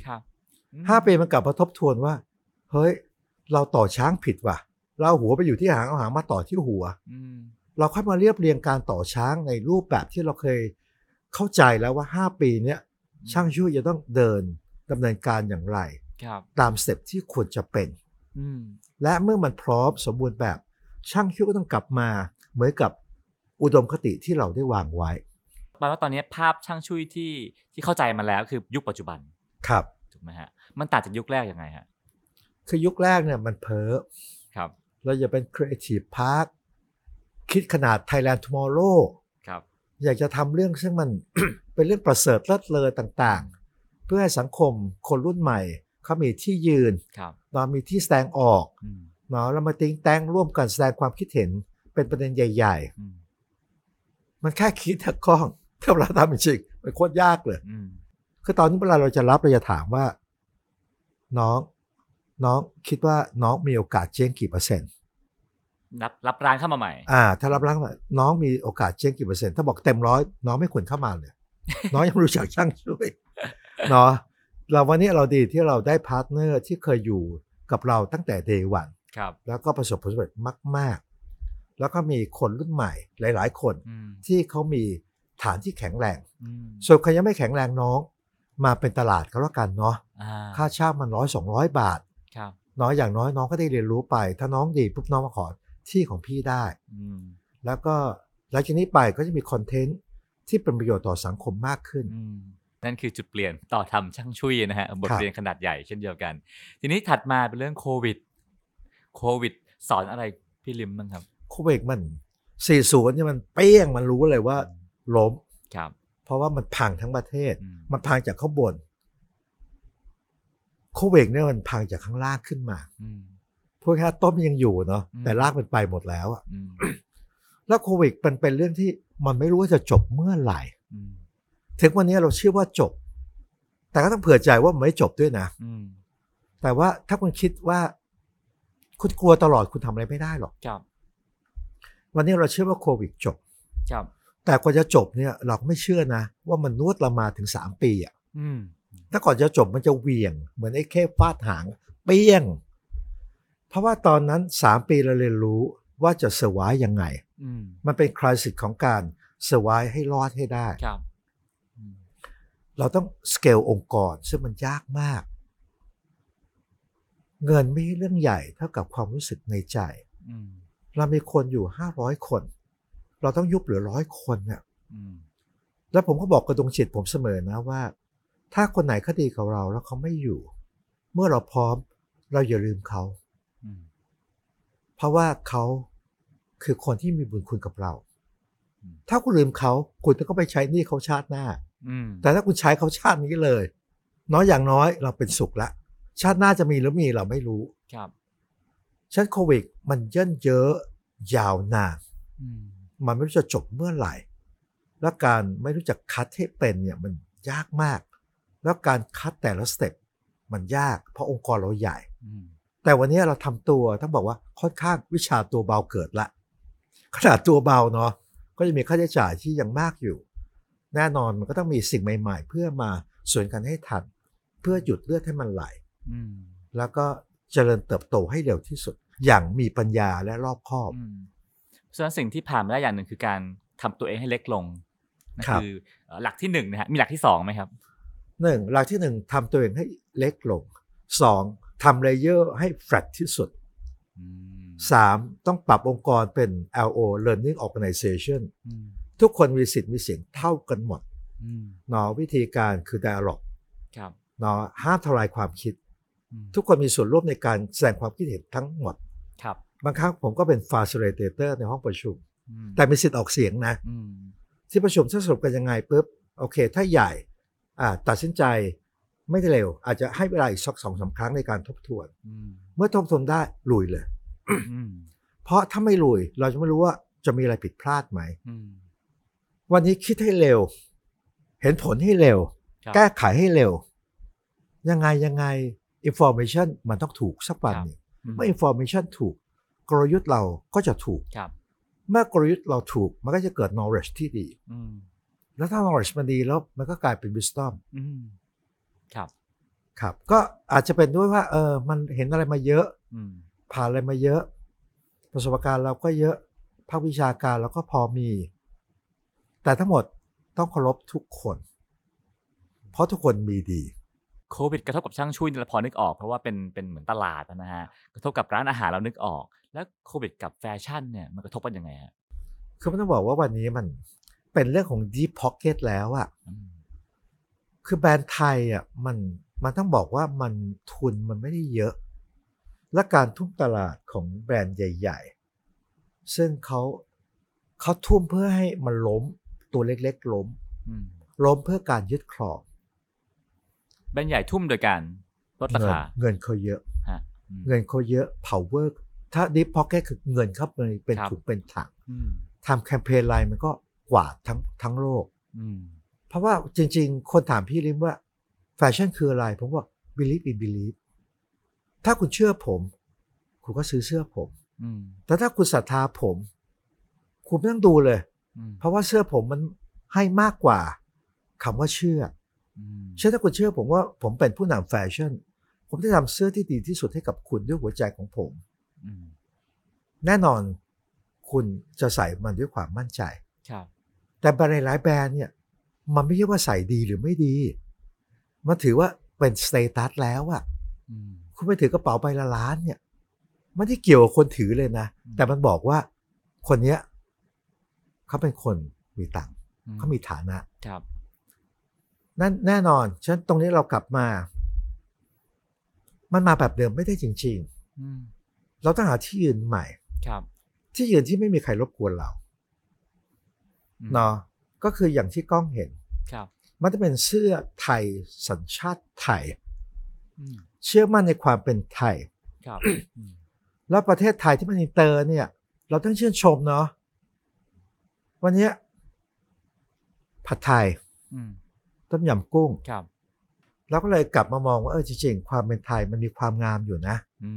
5 ปีมันกลับมาทบทวนว่าเฮ้ยเราต่อช้างผิดว่ะเราหัวไปอยู่ที่หางเอาหางมาต่อที่หัวเราค่อยมาเรียบเรียงการต่อช้างในรูปแบบที่เราเคยเข้าใจแล้วว่า5 ปีเนี้ยช่างช่วยจะต้องเดินดำเนินการอย่างไรตามสเต็ปที่ควรจะเป็นและเมื่อมันพร้อมสมบูรณ์แบบช่างช่วยก็ต้องกลับมาเหมือนกับอุดมคติที่เราได้วางไว้แปลว่าตอนนี้ภาพช่างช่วยที่เข้าใจมาแล้วคือยุคปัจจุบันครับถูกไหมฮะมันต่างจากยุคแรกยังไงฮะคือยุคแรกเนี่ยมันเพ้อครับเราจะเป็น Creative Park คิดขนาด Thailand Tomorrow ครับอยากจะทำเรื่องซึ่งมัน เป็นเรื่องประเสริฐเลิศเลอต่างๆเพื่อให้สังคมคนรุ่นใหม่เขามีที่ยืนเรามีที่แสดงออกเนาะเรามาติ้งแต้งร่วมกันแสดงความคิดเห็นเป็นประเด็นใหญ่ๆมันแค่คิดถ้ากล้องถ้าเราทำจริงมันโคตรยากเลยคือตอนนี้เวลาเราจะรับเราจะถามว่าน้องคิดว่าน้องมีโอกาสเจ๊งกี่เปอร์เซ็นต์รับร้านเข้ามาใหม่ถ้ารับร้านมาน้องมีโอกาสเจ๊งกี่เปอร์เซ็นต์ถ้าบอกเต็ม100น้องไม่ควรเข้ามาเลยน้องยังรู้จักช่างช่วยเนาะเราวันนี้เราดีที่เราได้พาร์ทเนอร์ที่เคยอยู่กับเราตั้งแต่ Day 1แล้วก็ประสบผลสำเร็จมากๆแล้วก็มีคนรุ่นใหม่หลายๆคนที่เขามีฐานที่แข็งแรงส่วนใครยังไม่แข็งแรงน้องมาเป็นตลาดก็แล้วกันเนาะค่าเช่ามัน100-200 บาทน้อยอย่างน้อยน้องก็ได้เรียนรู้ไปถ้าน้องดีปุ๊บน้องมาขอที่ของพี่ได้แล้วก็หลังจากนี้ไปก็จะมีคอนเทนต์ที่เป็นประโยชน์ต่อสังคมมากขึ้นนั่นคือจุดเปลี่ยนต่อทำช่างช่วยนะฮะบทเรียนขนาดใหญ่เช่นเดียวกันทีนี้ถัดมาเป็นเรื่องโควิดสอนอะไรพี่ลิมบ้างครับโควิดมัน40เนี่ยมันเปี้ยงมันรู้เลยว่าล้มเพราะว่ามันพังทั้งประเทศมันพังจากข้างบนโควิดเนี่ยมันพังจากข้างล่างขึ้นมาพวกแค่ต้มยังอยู่เนาะแต่รากมันไปหมดแล้วอ่ะ แล้วโควิดมันเป็นเรื่องที่มันไม่รู้ว่าจะจบเมื่อไหร่ถึงวันนี้เราเชื่อว่าจบแต่ก็ต้องเผื่อใจว่ามันไม่จบด้วยนะแต่ว่าถ้าคุณคิดว่าคุณกลัวตลอดคุณทำอะไรไม่ได้หรอกวันนี้เราเชื่อว่าโควิดจบแต่กว่าจะจบเนี่ยเราก็ไม่เชื่อนะว่ามันนวดเรามาถึง3 ปีอ่ะถ้าก่อนจะจบมันจะเหวี่ยงเหมือนไอ้เข้ฟาดหางเปี้ยงเพราะว่าตอนนั้น3 ปีเราเรียนรู้ว่าจะเซอร์ไวยังไงมันเป็นคลาสสิกของการเซอร์ไวให้รอดให้ได้เราต้องสเกลองค์กรซึ่งมันยากมากเงินไม่ใช่เรื่องใหญ่เท่ากับความรู้สึกในใจเรามีคนอยู่500 คนเราต้องยุบเหลือ100 คนเนี่ยแล้วผมก็บอกกระดงจิตผมเสมอนะว่าถ้าคนไหนเขาดีกับเราแล้วเขาไม่อยู่เมื่อเราพร้อมเราอย่าลืมเขาเพราะว่าเขาคือคนที่มีบุญคุณกับเราถ้าคุณลืมเขาคุณก็ไปใช้หนี้เขาชาติหน้าแต่ถ้าคุณใช้เขาชาตินี้เลยน้อยอย่างน้อยเราเป็นสุขละชาติหน้าจะมีหรือมีเราไม่รู้ชั้นโควิดมันเยินเยอะยาวนานมันไม่รู้จะจบเมื่อไหร่และการไม่รู้จักคัดให้เป็นเนี่ยมันยากมากแล้วการคัดแต่ละสเต็ปมันยากเพราะองค์กรเราใหญ่แต่วันนี้เราทำตัวต้องบอกว่าค่อนข้างวิชาตัวเบาเกิดละขนาดตัวเบาเนาะก็จะมีค่าใช้จ่ายที่ยังมากอยู่แน่นอนมันก็ต้องมีสิ่งใหม่ๆเพื่อมาสวนกันให้ทันเพื่อหยุดเลือดให้มันไหลแล้วก็เจริญเติบโตให้เร็วที่สุดอย่างมีปัญญาและรอบคอบส่วนสิ่งที่ผ่านมาได้อย่างหนึ่งคือการทำตัวเองให้เล็กลงนั่นคือหลักที่1นะฮะมีหลักที่2ไหมครับ 1หลักที่1ทำตัวเองให้เล็กลง2ทำเลเยอร์ให้แฟลตที่สุด3ต้องปรับองค์กรเป็น LO Learning Organization ทุกคนมีสิทธิ์มีเสียงเท่ากันหมดวิธีการคือ Dialogue ห้ามทลายความคิดทุกคนมีส่วนร่วมในการแสดงความคิดเห็นทั้งหมดบางครั้งผมก็เป็น Facilitator ในห้องประชุมแต่มีสิทธิ์ออกเสียงนะที่ประชุมถ้าสรุปกันยังไงปุ๊บโอเคถ้าใหญ่ตัดสินใจไม่ได้เร็วอาจจะให้เวลาอีกสัก 2-3 ครั้งในการทบทวนเมื่อทบทวนได้ลุยเลยเพราะถ้าไม่ลุยเราจะไม่รู้ว่าจะมีอะไรผิดพลาดไหมวันนี้คิดให้เร็วเห็นผลให้เร็วแก้ไขให้เร็วยังไง information มันต้องถูกสักวันหนึ่งเมื่อ information ถูกกลยุทธ์เราก็จะถูกเมื่อกลยุทธ์เราถูกมันก็จะเกิด knowledge ที่ดีแล้วถ้า knowledge มันดีแล้วมันก็กลายเป็น wisdom ครับก็อาจจะเป็นด้วยว่ามันเห็นอะไรมาเยอะผ่านอะไรมาเยอะประสบการณ์เราก็เยอะภาควิชาการเราก็พอมีแต่ทั้งหมดต้องเคารพทุกคนเพราะทุกคนมีดีโควิดกระทบกับช่างช่วยเราพอนึกออกเพราะว่าเป็นเหมือนตลาดนะฮะกระทบกับร้านอาหารเรานึกออกแล้วโควิดกับแฟชั่นเนี่ยมันกระทบกันยังไงฮะคือมันต้องบอกว่าวันนี้มันเป็นเรื่องของ deep pocket แล้วอะคือแบรนด์ไทยอะมันต้องบอกว่ามันทุนมันไม่ได้เยอะและการทุ่มตลาดของแบรนด์ใหญ่ๆซึ่งเขาทุ่มเพื่อให้มันล้มตัวเล็กๆล้มเพื่อการยึดครองแบรนด์ใหญ่ทุ่มโดยการลดราคาเงินเขาเยอะเงินเขาเยอะ power ถ้า deep pocket คือเงินเข้าไปเป็นถุงเป็นถังทำแคมเปญไลน์มันก็กวาดทั้งโลกเพราะว่าจริงๆคนถามพี่ลิมว่าแฟชั่นคืออะไรผมว่า believe ถ้าคุณเชื่อผมคุณก็ซื้อเสื้อผมแต่ถ้าคุณศรัทธาผมคุณไม่ต้องดูเลยเพราะว่าเสื้อผมมันให้มากกว่าคำว่าเชื่อถ้าคุณเชื่อผมว่าผมเป็นผู้นำแฟชั่นผมจะทำเสื้อที่ดีที่สุดให้กับคุณด้วยหัวใจของผมแน่นอนคุณจะใส่มันด้วยความมั่นใจแต่แบรนด์หลายแบรนด์เนี่ยมันไม่ใช่ว่าใส่ดีหรือไม่ดีมันถือว่าเป็นสเตตัสแล้วอะคุณไปถือกระเป๋าใบละล้านเนี่ยไม่ได้เกี่ยวกับคนถือเลยนะแต่มันบอกว่าคนเนี้ยเขาเป็นคนมีตังค์เขามีฐานะนั่นแน่นอนฉะนั้นตรงนี้เรากลับมามันมาแบบเดิมไม่ได้จริงๆเราต้องหาที่ยืนใหม่ที่ยืนที่ไม่มีใครรบกวนเราเนาะก็คืออย่างที่กล้องเห็นมันจะเป็นเสื้อไทยสัญชาติไทยเชื่อมั่นในความเป็นไทยแล้วประเทศไทยที่มันอินเตอร์เนี่ยเราต้องชื่นชมเนาะวันนี้ผัดไทยต้มยำกุ้งเราก็เลยกลับมามองว่าจริงๆความเป็นไทยมันมีความงามอยู่นะ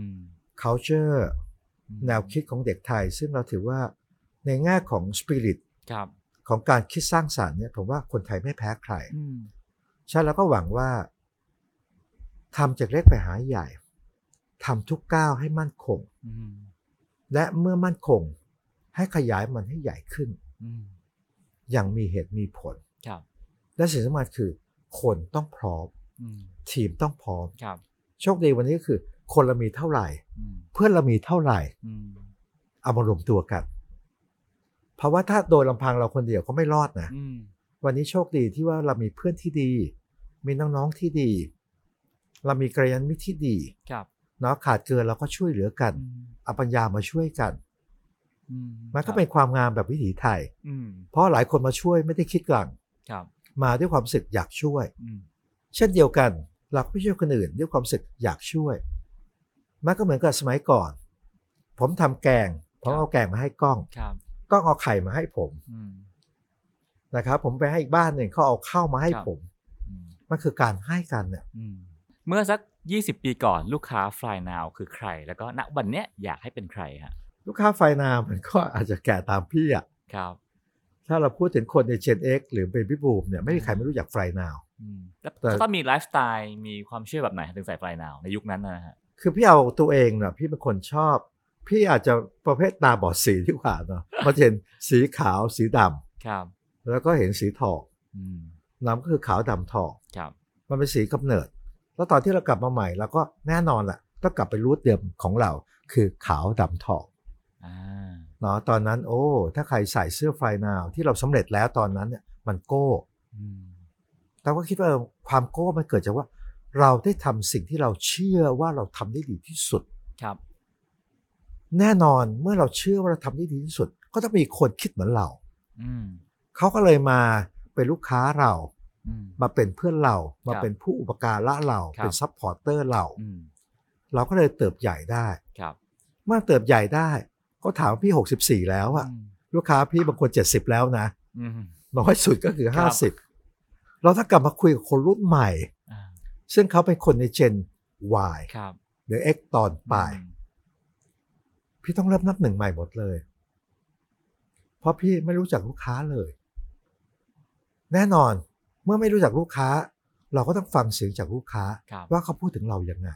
culture แนวคิดของเด็กไทยซึ่งเราถือว่าในแง่ของ spirit ของการคิดสร้างสรรค์เนี่ยผมว่าคนไทยไม่แพ้ใครใช่แล้วก็หวังว่าทำจากเล็กไปหาใหญ่ทำทุกก้าวให้มั่นคงและเมื่อมั่นคงให้ขยายมันให้ใหญ่ขึ้นอย่างมีเหตุมีผลและสิ่งสำคัญคือคนต้องพร้อมทีมต้องพร้อมโชคดีวันนี้ก็คือคนเรามีเท่าไหร่เพื่อนเรามีเท่าไหร่เอามารวมตัวกันเพราะว่าถ้าโดยลำพังเราคนเดียวก็ไม่รอดนะวันนี้โชคดีที่ว่าเรามีเพื่อนที่ดีมีน้องๆที่ดีเรามีกัลยาณมิตรที่ดีเนาะขาดเกินเราก็ช่วยเหลือกันเอาปัญญามาช่วยกันมันก็เป็นความงามแบบวิถีไทยเพราะหลายคนมาช่วยไม่ได้คิดกลั่งมาด้วยความรู้สึกอยากช่วยเช่นเดียวกันเราก็ไม่ช่วยคนอื่นด้วยความรู้สึกอยากช่วยมันก็เหมือนกับสมัยก่อนผมทำแกงผมเอาแกงมาให้ก้องเอาไข่มาให้ผมนะครับผมไปให้อีกบ้านหนึ่งเขาเอาข้าวมาให้ผมมันคือการให้กันเนี่ยเมื่อสัก20 ปีก่อนลูกค้า Fly Now คือใครแล้วก็ณวันเนี้ยอยากให้เป็นใครฮะลูกค้า Fly Now มันก็อาจจะแก่ตามพี่อ่ะครับถ้าเราพูดถึงคนใน Gen X หรือเป็นพี่บูมเนี่ยไม่มีใครไม่รู้จัก Fly Now แต่ก็มีไลฟ์สไตล์มีความเชื่อแบบไหนถึงใส่ Fly Now ในยุคนั้นนะฮะคือพี่เอาตัวเองเนี่ยพี่เป็นคนชอบพี่อาจจะประเภทตาบอดสีดีกว่าเนาะมาเห็นสีขาวสีดำครับแล้วก็เห็นสีทองน้ำก็คือขาวดำทองครับมันเป็นสีกำเนิดแล้วตอนที่เรากลับมาใหม่เราก็แน่นอนแหละต้องกลับไปรูทเดิมของเราคือขาวดำทองเนาะตอนนั้นถ้าใครใส่เสื้อ Fly Now ที่เราสำเร็จแล้วตอนนั้นเนี่ยมันโก้แต่ก็คิดว่าความโก้มันเกิดจากว่าเราได้ทำสิ่งที่เราเชื่อว่าเราทำได้ดีที่สุดครับแน่นอนเมื่อเราเชื่อว่าเราทำได้ดีที่สุดก็ต้องมีคนคิดเหมือนเราเขาก็เลยมาเป็นลูกค้าเรามาเป็นเพื่อนเรามาเป็นผู้อุปการะเราเป็นซัพพอร์เตอร์เราก็เลยเติบใหญ่ได้เมื่อเติบใหญ่ได้ก็ถามพี่64แล้วอะลูกค้าพี่บางคน70แล้วนะน้อยสุดก็คือ50เราถ้ากลับมาคุยกับคนรุ่นใหม่ซึ่งเขาเป็นคนใน Gen Y หรือ X ตอนปลายพี่ต้องเริ่มนับหนึ่งใหม่หมดเลยเพราะพี่ไม่รู้จักลูกค้าเลยแน่นอนเมื่อไม่รู้จักลูกค้าเราก็ต้องฟังเสียงจากลูกค้าว่าเขาพูดถึงเราอย่างไง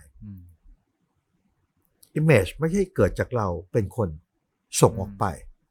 image ไม่ใช่เกิดจากเราเป็นคนส่งออกไป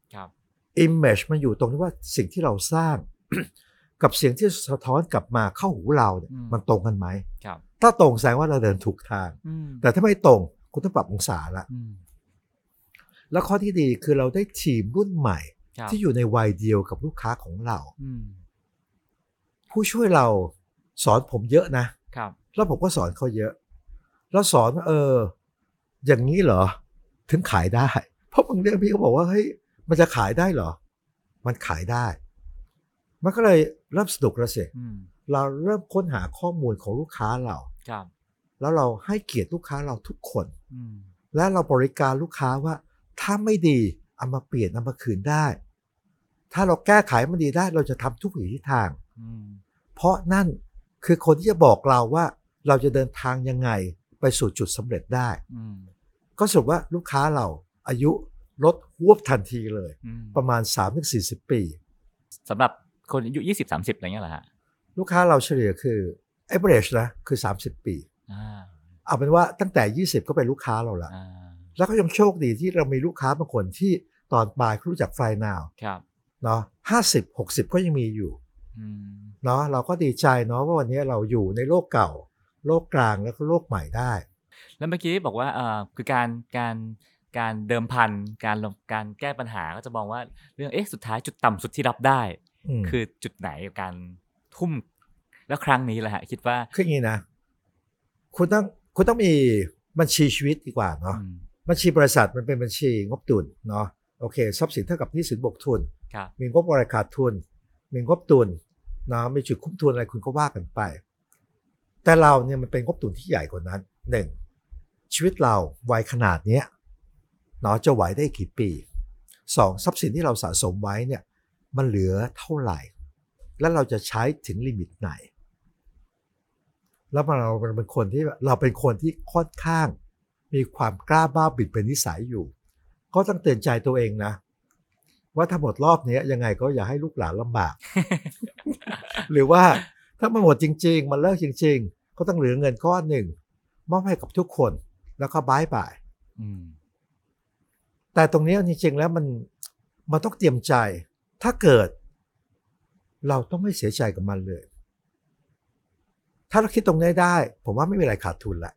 image มันอยู่ตรงที่ว่าสิ่งที่เราสร้าง กับเสียงที่สะท้อนกลับมาเข้าหูเราเนี่ยมันตรงกันไหมถ้าตรงแสดงว่าเราเดินถูกทางแต่ถ้าไม่ตรงคุณต้องปรับองศาละแล้วข้อที่ดีคือเราได้ทีมรุ่นใหม่ที่อยู่ในวัยเดียวกับลูกค้าของเราผู้ช่วยเราสอนผมเยอะนะแล้วผมก็สอนเขาเยอะแล้วสอนอย่างนี้เหรอถึงขายได้เพราะบางเรื่องพี่ก็บอกว่าเฮ้ยมันจะขายได้เหรอมันขายได้มันก็เลยเริ่มสนุกแล้วสิเราเริ่มค้นหาข้อมูลของลูกค้าเราแล้วเราให้เกียรติลูกค้าเราทุกคนและเราบริการลูกค้าว่าถ้าไม่ดีเอามาเปลี่ยนเอามาคืนได้ถ้าเราแก้ไขมันดีได้เราจะทำทุกวิถีทางเพราะนั่นคือคนที่จะบอกเราว่าเราจะเดินทางยังไงไปสู่จุดสำเร็จได้ก็สรุปว่าลูกค้าเราอายุลดหวบทันทีเลยประมาณ 3-40 ปีสำหรับคนอายุ 20-30 อะไรเงี้ยเหรอฮะลูกค้าเราเฉลี่ยคือ average นะคือ30 ปีเอาเป็นว่าตั้งแต่20ก็เป็นลูกค้าเราละแล้วก็ยังโชคดีที่เรามีลูกค้าบางคนที่ตอนปลายรู้จัก Fly Now เนาะ50-60ก็ยังมีอยู่เนาะเราก็ดีใจเนาะว่าวันนี้เราอยู่ในโลกเก่าโลกกลางแล้วก็โลกใหม่ได้แล้วเมื่อกี้บอกว่าคือการเดิมพันการแก้ปัญหาก็จะมองว่าเรื่องสุดท้ายจุดต่ำสุดที่รับได้คือจุดไหนกับการทุ่มแล้วครั้งนี้แหละฮะคิดว่าคืออย่างนี้นะคุณต้องมีบัญชีชีวิตดีกว่าเนาะบัญชีบริษัทมันเป็นบัญชีงบดุลเนาะโอเคทรัพย์สินเท่ากับหนี้สินบวกทุนมีงบอะไรขาดทุนมีงบดุลนะมีจุดคุ้มทุนอะไรคุณก็ว่ากันไปแต่เราเนี่ยมันเป็นงบดุลที่ใหญ่กว่านั้น1ชีวิตเราวัยขนาดนี้เนาะจะไหวได้กี่ปี2ทรัพย์สินที่เราสะสมไว้เนี่ยมันเหลือเท่าไหร่แล้วเราจะใช้ถึงลิมิตไหนแล้วเราเป็นคนที่ค่อนข้างมีความกล้าบ้าบิ่นเป็นนิสัยอยู่ก็ต้องเตือนใจตัวเองนะว่าถ้าหมดรอบนี้ยังไงก็อย่าให้ลูกหลานลำบาก หรือว่าถ้ามันหมดจริงๆมันเลิกจริงๆก็ต้องเหลือเงินก้อนหนึ่งมอบให้กับทุกคนแล้วก็บายบายแต่ตรงนี้จริงๆแล้วมันต้องเตรียมใจถ้าเกิดเราต้องไม่เสียใจกับมันเลยถ้าเราคิดตรงนี้ได้ผมว่าไม่มีอะไรขาดทุนละ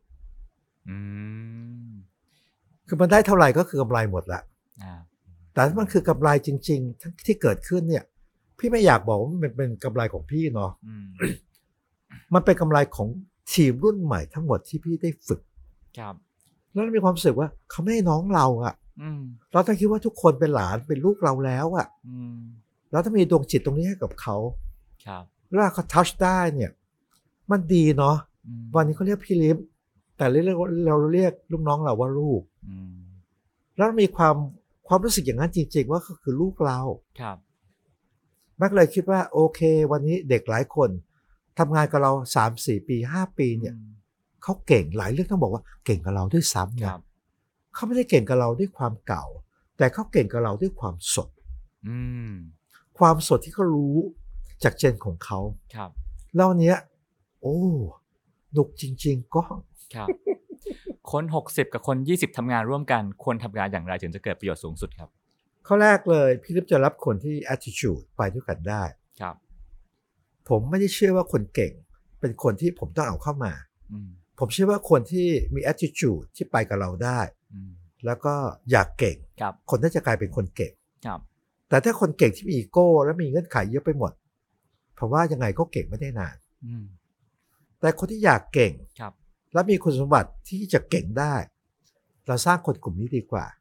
คือมันได้เท่าไหร่ก็คือกำไรหมดละแต่มันคือกำไรจริงๆทั้งที่เกิดขึ้นเนี่ยพี่ไม่อยากบอกว่ามันเป็นกำไรของพี่เนาะ มันเป็นกำไรของทีมรุ่นใหม่ทั้งหมดที่พี่ได้ฝึกแล้วเรามีความรู้สึกว่าเขาไม่ให้น้องเราอะเราต้องคิดว่าทุกคนเป็นหลานเป็นลูกเราแล้วอะเราต้องมีดวงจิตตรงนี้ให้กับเขาแล้วเขาทัชได้เนี่ยมันดีเนาะวันนี้เขาเรียกพี่ลิฟแต่เราเรียกลูกน้องเราว่าลูกแล้วมีความรู้สึกอย่างนั้นจริงๆว่าก็คือลูกเราแม็กเลยคิดว่าโอเควันนี้เด็กหลายคนทำงานกับเรา 3-4 ปี 5 ปีเนี่ยเขาเก่งหลายเรื่องต้องบอกว่าเก่งกับเราด้วยซ้ำนะเขาไม่ได้เก่งกับเราด้วยความเก่าแต่เขาเก่งกับเราด้วยความสดความสดที่เขารู้จากเจนของเขาแล้วเนี้ยโอ้หนุกจริงๆก็คน60กับคน20ทำงานร่วมกันควรทำงานอย่างไรถึงจะเกิดประโยชน์สูงสุดครับข้อแรกเลยพี่ลิฟจะรับคนที่ attitude ไปด้วยกันได้ผมไม่ได้เชื่อว่าคนเก่งเป็นคนที่ผมต้องเอาเข้ามาผมเชื่อว่าคนที่มี attitude ที่ไปกับเราได้แล้วก็อยากเก่งคนนั้นจะกลายเป็นคนเก่งแต่ถ้าคนเก่งที่มีอีโก้และมีเงื่อนไขเยอะไปหมดเพราะว่ายังไงก็เก่งไม่ได้นานแต่คนที่อยากเก่งและมีคุณสมบัติที่จะเก่งได้เราสร้างคนกลุ่มนี้ดีกว่า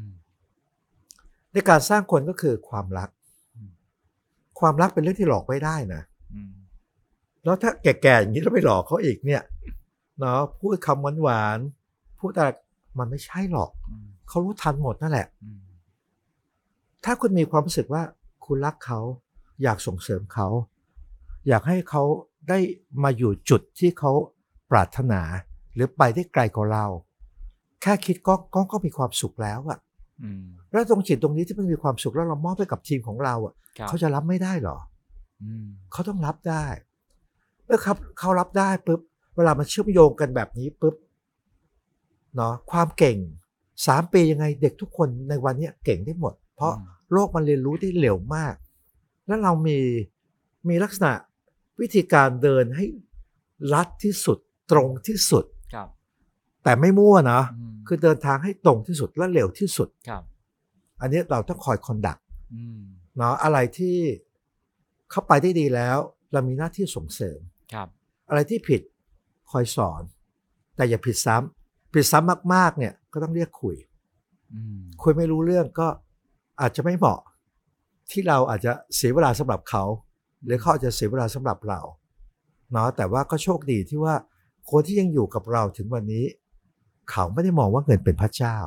ในการสร้างคนก็คือความรักเป็นเรื่องที่หลอกไม่ได้นะแล้วถ้าแก่ๆอย่างนี้แล้วไปหลอกเขาอีกเนี่ยเนาะพูดคำหวานๆพูดอะไรมันไม่ใช่หรอกเขารู้ทันหมดนั่นแหละถ้าคุณมีความรู้สึกว่าคุณรักเขาอยากส่งเสริมเขาอยากให้เขาได้มาอยู่จุดที่เขาปรารถนาหรือไปได้ไกลกว่าเราแค่คิดก็มีความสุขแล้วอะแล้วตรงจิตตรงนี้ที่มันมีความสุขแล้วเรามอบให้กับทีมของเราอะเขาจะรับไม่ได้หรอเขาต้องรับได้เมื่อเขารับได้ปุ๊บเวลามันเชื่อมโยงกันแบบนี้ปุ๊บเนาะความเก่ง3 ปียังไงเด็กทุกคนในวันนี้เก่งได้หมดเพราะโลกมันเรียนรู้ได้เร็วมากแล้วเรามีลักษณะวิธีการเดินให้ลัดที่สุดตรงที่สุดแต่ไม่มั่วนะคือเดินทางให้ตรงที่สุดและเร็วที่สุดอันนี้เราต้องคอยคอนดักเนาะอะไรที่เข้าไปได้ดีแล้วเรามีหน้าที่ส่งเสริมอะไรที่ผิดคอยสอนแต่อย่าผิดซ้ำมากๆเนี่ยก็ต้องเรียกคุยไม่รู้เรื่องก็อาจจะไม่เหมาะที่เราอาจจะเสียเวลาสำหรับเขาหรือเขาอาจจะเสียเวลาสำหรับเราเนาะแต่ว่าก็โชคดีที่ว่าคนที่ยังอยู่กับเราถึงวันนี้เขาไม่ได้มองว่าเงินเป็นพระเจ้า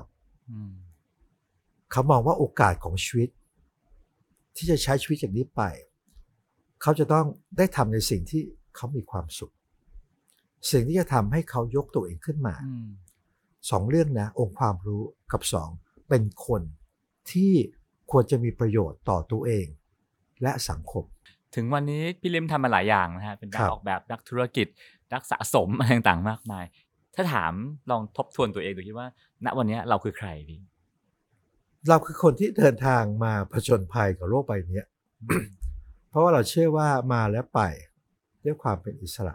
เขามองว่าโอกาสของชีวิตที่จะใช้ชีวิตอย่างนี้ไปเขาจะต้องได้ทำในสิ่งที่เขามีความสุขสิ่งที่จะทำให้เขายกตัวเองขึ้นมา2 เรื่องนะองค์ความรู้กับ2เป็นคนที่ควรจะมีประโยชน์ต่อตัวเองและสังคมถึงวันนี้พี่ลิมทำมาหลายอย่างนะฮะเป็นนักออกแบบนักธุรกิจนักสะสมอะไรต่างๆมากมายถ้าถามลองทบทวนตัวเองดูคิดว่าณวันนี้เราคือใครพี่เราคือคนที่เดินทางมาผจญภัยกับโลกใบนี้ เพราะว่าเราเชื่อว่ามาแล้วไปด้วยความเป็นอิสระ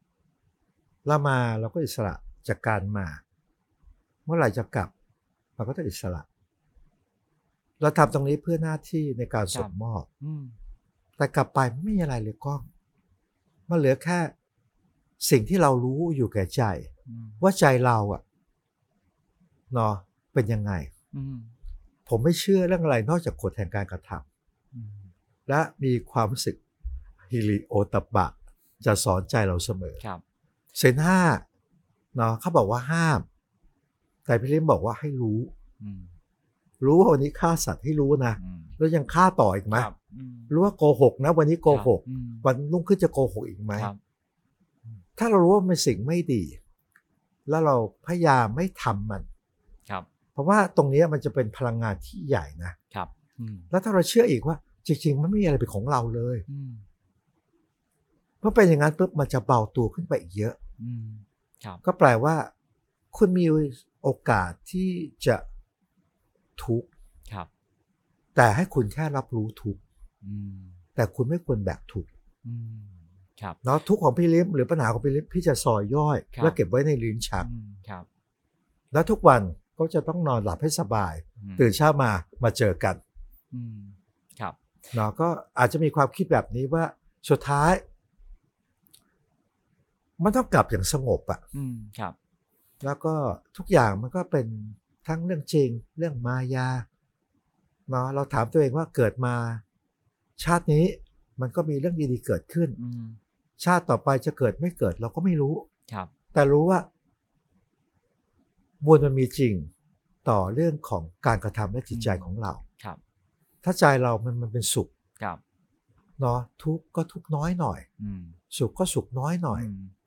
เราก็อิสระจากการมาเมื่อไหร่จะกลับเราก็ต้องอิสระเราทำตรงนี้เพื่อหน้าที่ในการส่งมอบแต่กลับไปไม่มีอะไรเลยก้องมันเหลือแค่สิ่งที่เรารู้อยู่แก่ใจว่าใจเราอะเนาะเป็นยังไงผมไม่เชื่อเรื่องอะไรนอกจากกฎแห่งการกระทำและมีความรู้สึกฮิริโอตปะจะสอนใจเราเสมอศีล 5เนาะเขาบอกว่าห้ามแต่พี่ลิมบอกว่าให้รู้รู้ว่าวันนี้ฆ่าสัตว์ให้รู้นะแล้วยังฆ่าต่ออีกไหมรู้ว่าโกหกนะวันนี้โกหกวันรุ่งขึ้นจะโกหกอีกไหมถ้าเรารู้ว่ามันสิ่งไม่ดีแล้วเราพยายามไม่ทำมันเพราะว่าตรงนี้มันจะเป็นพลังงานที่ใหญ่นะแล้วถ้าเราเชื่ออีกว่าจริงๆมันไม่มีอะไรเป็นของเราเลยเพราะเป็นอย่างนั้นปุ๊บมันจะเบาตัวขึ้นไปอีกเยอะก็แปลว่าคุณมีโอกาสที่จะทุกข์แต่ให้คุณแค่รับรู้ทุกข์แต่คุณไม่ควรแบกทุกข์เนาะทุกข์ของพี่ลิ้มหรือปัญหาของพี่ลิ้มพี่จะซอยย่อยแล้วเก็บไว้ในลิ้นชักแล้วทุกวันก็จะต้องนอนหลับให้สบายตื่นเช้ามาเจอกันเนาะก็อาจจะมีความคิดแบบนี้ว่าสุดท้ายมันต้องกลับอย่างสงบอะแล้วก็ทุกอย่างมันก็เป็นทั้งเรื่องจริงเรื่องมายาเนาะเราถามตัวเองว่าเกิดมาชาตินี้มันก็มีเรื่องดีๆเกิดขึ้นชาติต่อไปจะเกิดไม่เกิดเราก็ไม่รู้แต่รู้ว่ามวลมันมีจริงต่อเรื่องของการกระทำและจิตใจของเราถ้าใจเรามันเป็นสุขเนาะทุกข์ก็ทุกข์น้อยหน่อยสุขก็สุขน้อยหน่อย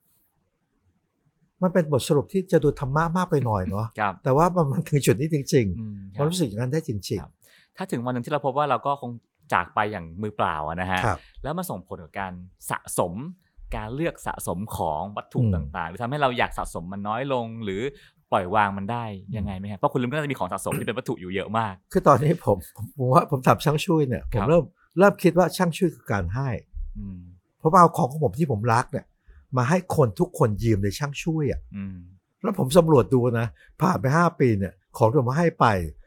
มันเป็นบทสรุปที่จะดูธรรมะมากไปหน่อยเนาะแต่ว่ามันถึงจุดนี้จริงๆมันรู้สึกอย่างนั้นได้จริงๆถ้าถึงวันหนึ่งที่เราพบว่าเราก็คงจากไปอย่างมือเปล่านะฮะแล้วมันส่งผลกับการสะสมการเลือกสะสมของวัตถุต่างๆหรือทำให้เราอยากสะสมมันน้อยลงหรือปล่อยวางมันได้ยังไงไหมครับเพราะคุณลิมก็น่าจะมีของสะสมที่เป็นวัตถุอยู่เยอะมากคือตอนนี้ผมว่าผมทำช่างช่วยเนี่ยผมเริ่มคิดว่าช่างช่วยคือการให้ผมเอาของผมที่ผมรักเนี่ยมาให้คนทุกคนยืมในช่างช่วยอ่ะแล้วผมสำรวจดูนะผ่านไป5 ปีเนี่ยของที่ผมให้ไป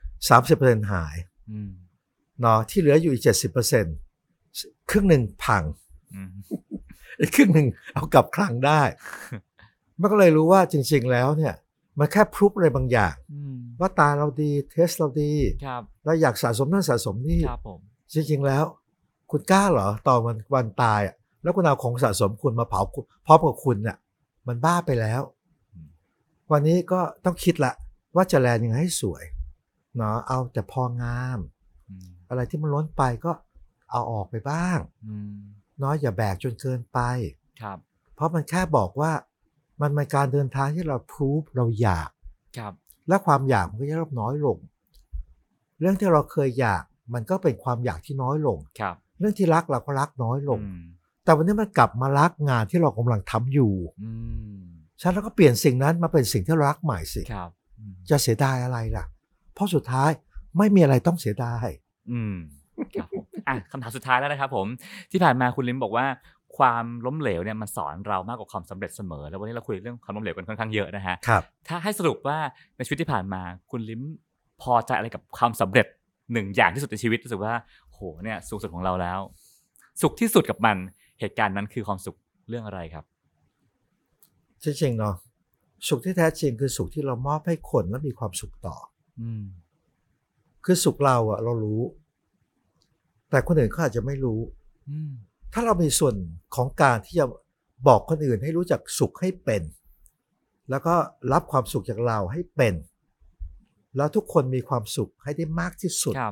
30% หายเนาะที่เหลืออยู่อีก 70% ครึ่งหนึ่งพังอีกครึ่งหนึ่งเอากลับคลังได้มันก็เลยรู้ว่าจริงๆแล้วเนี่ยมันแค่พรูฟอะไรบางอย่างว่าตาเราดีเทสเราดีเราอยากสะสมนั่นสะสมนี่จริงๆแล้วคุณกล้าเหรอตอนวันตายอ่ะแล้วคุณเอาของสะสมคุณมาเผาพร้อมกับคุณเนี่ยมันบ้าไปแล้ววันนี้ก็ต้องคิดละว่าจะแลยังไงให้สวยเนาะเอาแต่พองามอะไรที่มันล้นไปก็เอาออกไปบ้างเนาะอย่าแบกจนเกินไปเพราะมันแค่บอกว่ามันเป็นการเดินทางที่เราพรูฟเราอยากและความอยากมันก็จะลดน้อยลงเรื่องที่เราเคยอยากมันก็เป็นความอยากที่น้อยลงเรื่องที่รักเราก็รักน้อยลงแต่วันนี้มันกลับมารักงานที่เรากำลังทำอยู่ฉันแล้วก็เปลี่ยนสิ่งนั้นมาเป็นสิ่งที่รักใหม่สิจะเสียดายอะไรล่ะเพราะสุดท้ายไม่มีอะไรต้องเสียดายครับผมคำถามสุดท้ายแล้วนะครับผมที่ผ่านมาคุณลิมบอกว่าความล้มเหลวเนี่ยมันสอนเรามากกว่าความสำเร็จเสมอแล้ววันนี้เราคุยเรื่องความล้มเหลวกันค่อนข้างเยอะนะฮะถ้าให้สรุปว่าในชีวิตที่ผ่านมาคุณลิมพอใจอะไรกับความสำเร็จหนึ่งอย่างที่สุดในชีวิตรู้สึกว่าโหเนี่ยสูงสุดของเราแล้วสุขที่สุดกับมันเหตุการณ์นั้นคือความสุขเรื่องอะไรครับจริงๆเนาะสุขที่แท้จริงคือสุขที่เรามอบให้คนแล้วมีความสุขต่อคือสุขเราอะเรารู้แต่คนอื่นเขาอาจจะไม่รู้ถ้าเรามีส่วนของการที่จะบอกคนอื่นให้รู้จักสุขให้เป็นแล้วก็รับความสุขจากเราให้เป็นแล้วทุกคนมีความสุขให้ได้มากที่สุด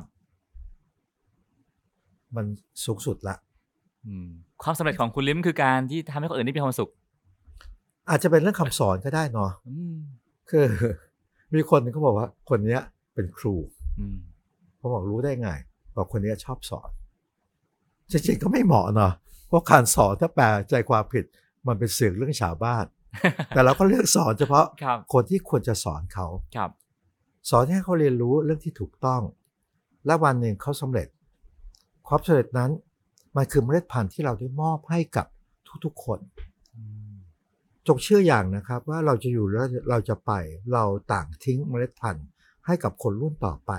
มันสูงสุดละความสำเร็จของคุณลิมคือการที่ทำให้คนอื่นได้มีความสุขอาจจะเป็นเรื่องคำสอนก็ได้เนาะคือมีคนเขาบอกว่าคนนี้เป็นครูผมบอกรู้ได้ไงบอกคนนี้ชอบสอนจริงๆก็ไม่เหมาะเนาะเพราะการสอนถ้าแปลใจความผิดมันเป็นสื่อเรื่องชาวบ้านแต่เราก็เลือกสอนเฉพาะคนที่ควรจะสอนเขาสอนให้เขาเรียนรู้เรื่องที่ถูกต้องและวันหนึ่งเขาสำเร็จความสำเร็จนั้นมันคือเมล็ดพันธุ์ที่เราได้มอบให้กับทุกๆคนจงเชื่ออย่างนะครับว่าเราจะอยู่แล้วเราจะไปเราต่างทิ้งเมล็ดพันธุ์ให้กับคนรุ่นต่อไป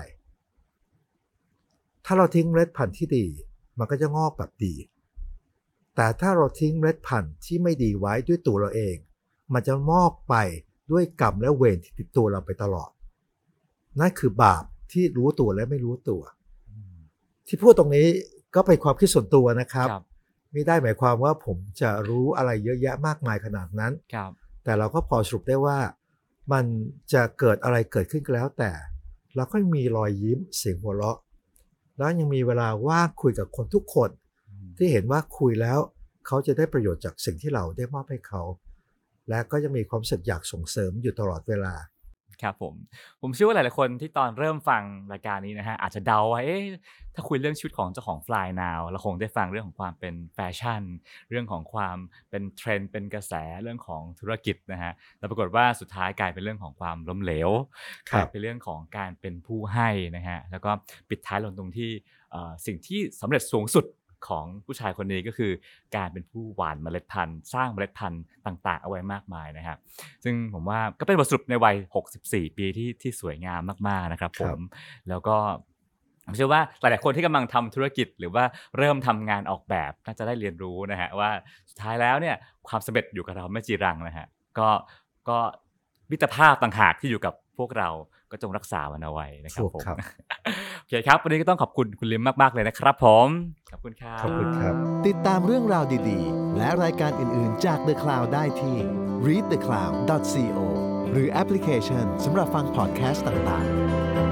ถ้าเราทิ้งเมล็ดพันธุ์ที่ดีมันก็จะงอกแบบดีแต่ถ้าเราทิ้งเมล็ดพันธุ์ที่ไม่ดีไว้ด้วยตัวเราเองมันจะงอกไปด้วยกรรมและเวรที่ติดตัวเราไปตลอดนั่นคือบาปที่รู้ตัวและไม่รู้ตัวที่พูดตรงนี้ก็เป็นความคิดส่วนตัวนะครับไม่ได้หมายความว่าผมจะรู้อะไรเยอะแยะมากมายขนาดนั้นแต่เราก็พอสรุปได้ว่ามันจะเกิดอะไรเกิดขึ้นก็แล้วแต่แล้วก็มีรอยยิ้มเสียงหัวเราะแล้วยังมีเวลาว่างคุยกับคนทุกคนที่เห็นว่าคุยแล้วเขาจะได้ประโยชน์จากสิ่งที่เราได้มอบให้เขาและก็จะมีความรู้สึกอยากส่งเสริมอยู่ตลอดเวลาครับผมเชื่อว่าหลายๆคนที่ตอนเริ่มฟังรายการนี้นะฮะอาจจะเดาว่าถ้าคุยเรื่องชีวิตของเจ้าของ Fly Now เราคงได้ฟังเรื่องของความเป็นแฟชั่นเรื่องของความเป็นเทรนด์เป็นกระแสเรื่องของธุรกิจนะฮะแต่ปรากฏว่าสุดท้ายกลายเป็นเรื่องของความล้มเหลวกลายเป็นเรื่องของการเป็นผู้ให้นะฮะแล้วก็ปิดท้ายลงตรงที่สิ่งที่สำเร็จสูงสุดของผู้ชายคนนี้ก็คือการเป็นผู้หว่านเมล็ดพันธุ์สร้างเมล็ดพันธุ์ต่างๆเอาไว้มากมายนะครับซึ่งผมว่าก็เป็นบทสรุปในวัย64ปีที่สวยงามมากๆนะครับผมแล้วก็ผมเชื่อว่าหลายๆคนที่กำลังทำธุรกิจหรือว่าเริ่มทำงานออกแบบน่าจะได้เรียนรู้นะฮะว่าสุดท้ายแล้วเนี่ยความสำเร็จอยู่กับเราไม่จีรังนะฮะก็มิตรภาพต่างหากที่อยู่กับพวกเราก็จงรักษามันเอาไว้นะครับผมโอเคครับวันนี้ก็ต้องขอบคุณคุณลิมมากๆเลยนะครับผมขอบคุณครับขอบคุณครับติดตามเรื่องราวดีๆและรายการอื่นๆจาก The Cloud ได้ที่ readthecloud.co หรือแอปพลิเคชันสำหรับฟังพอดแคสต์ต่างๆ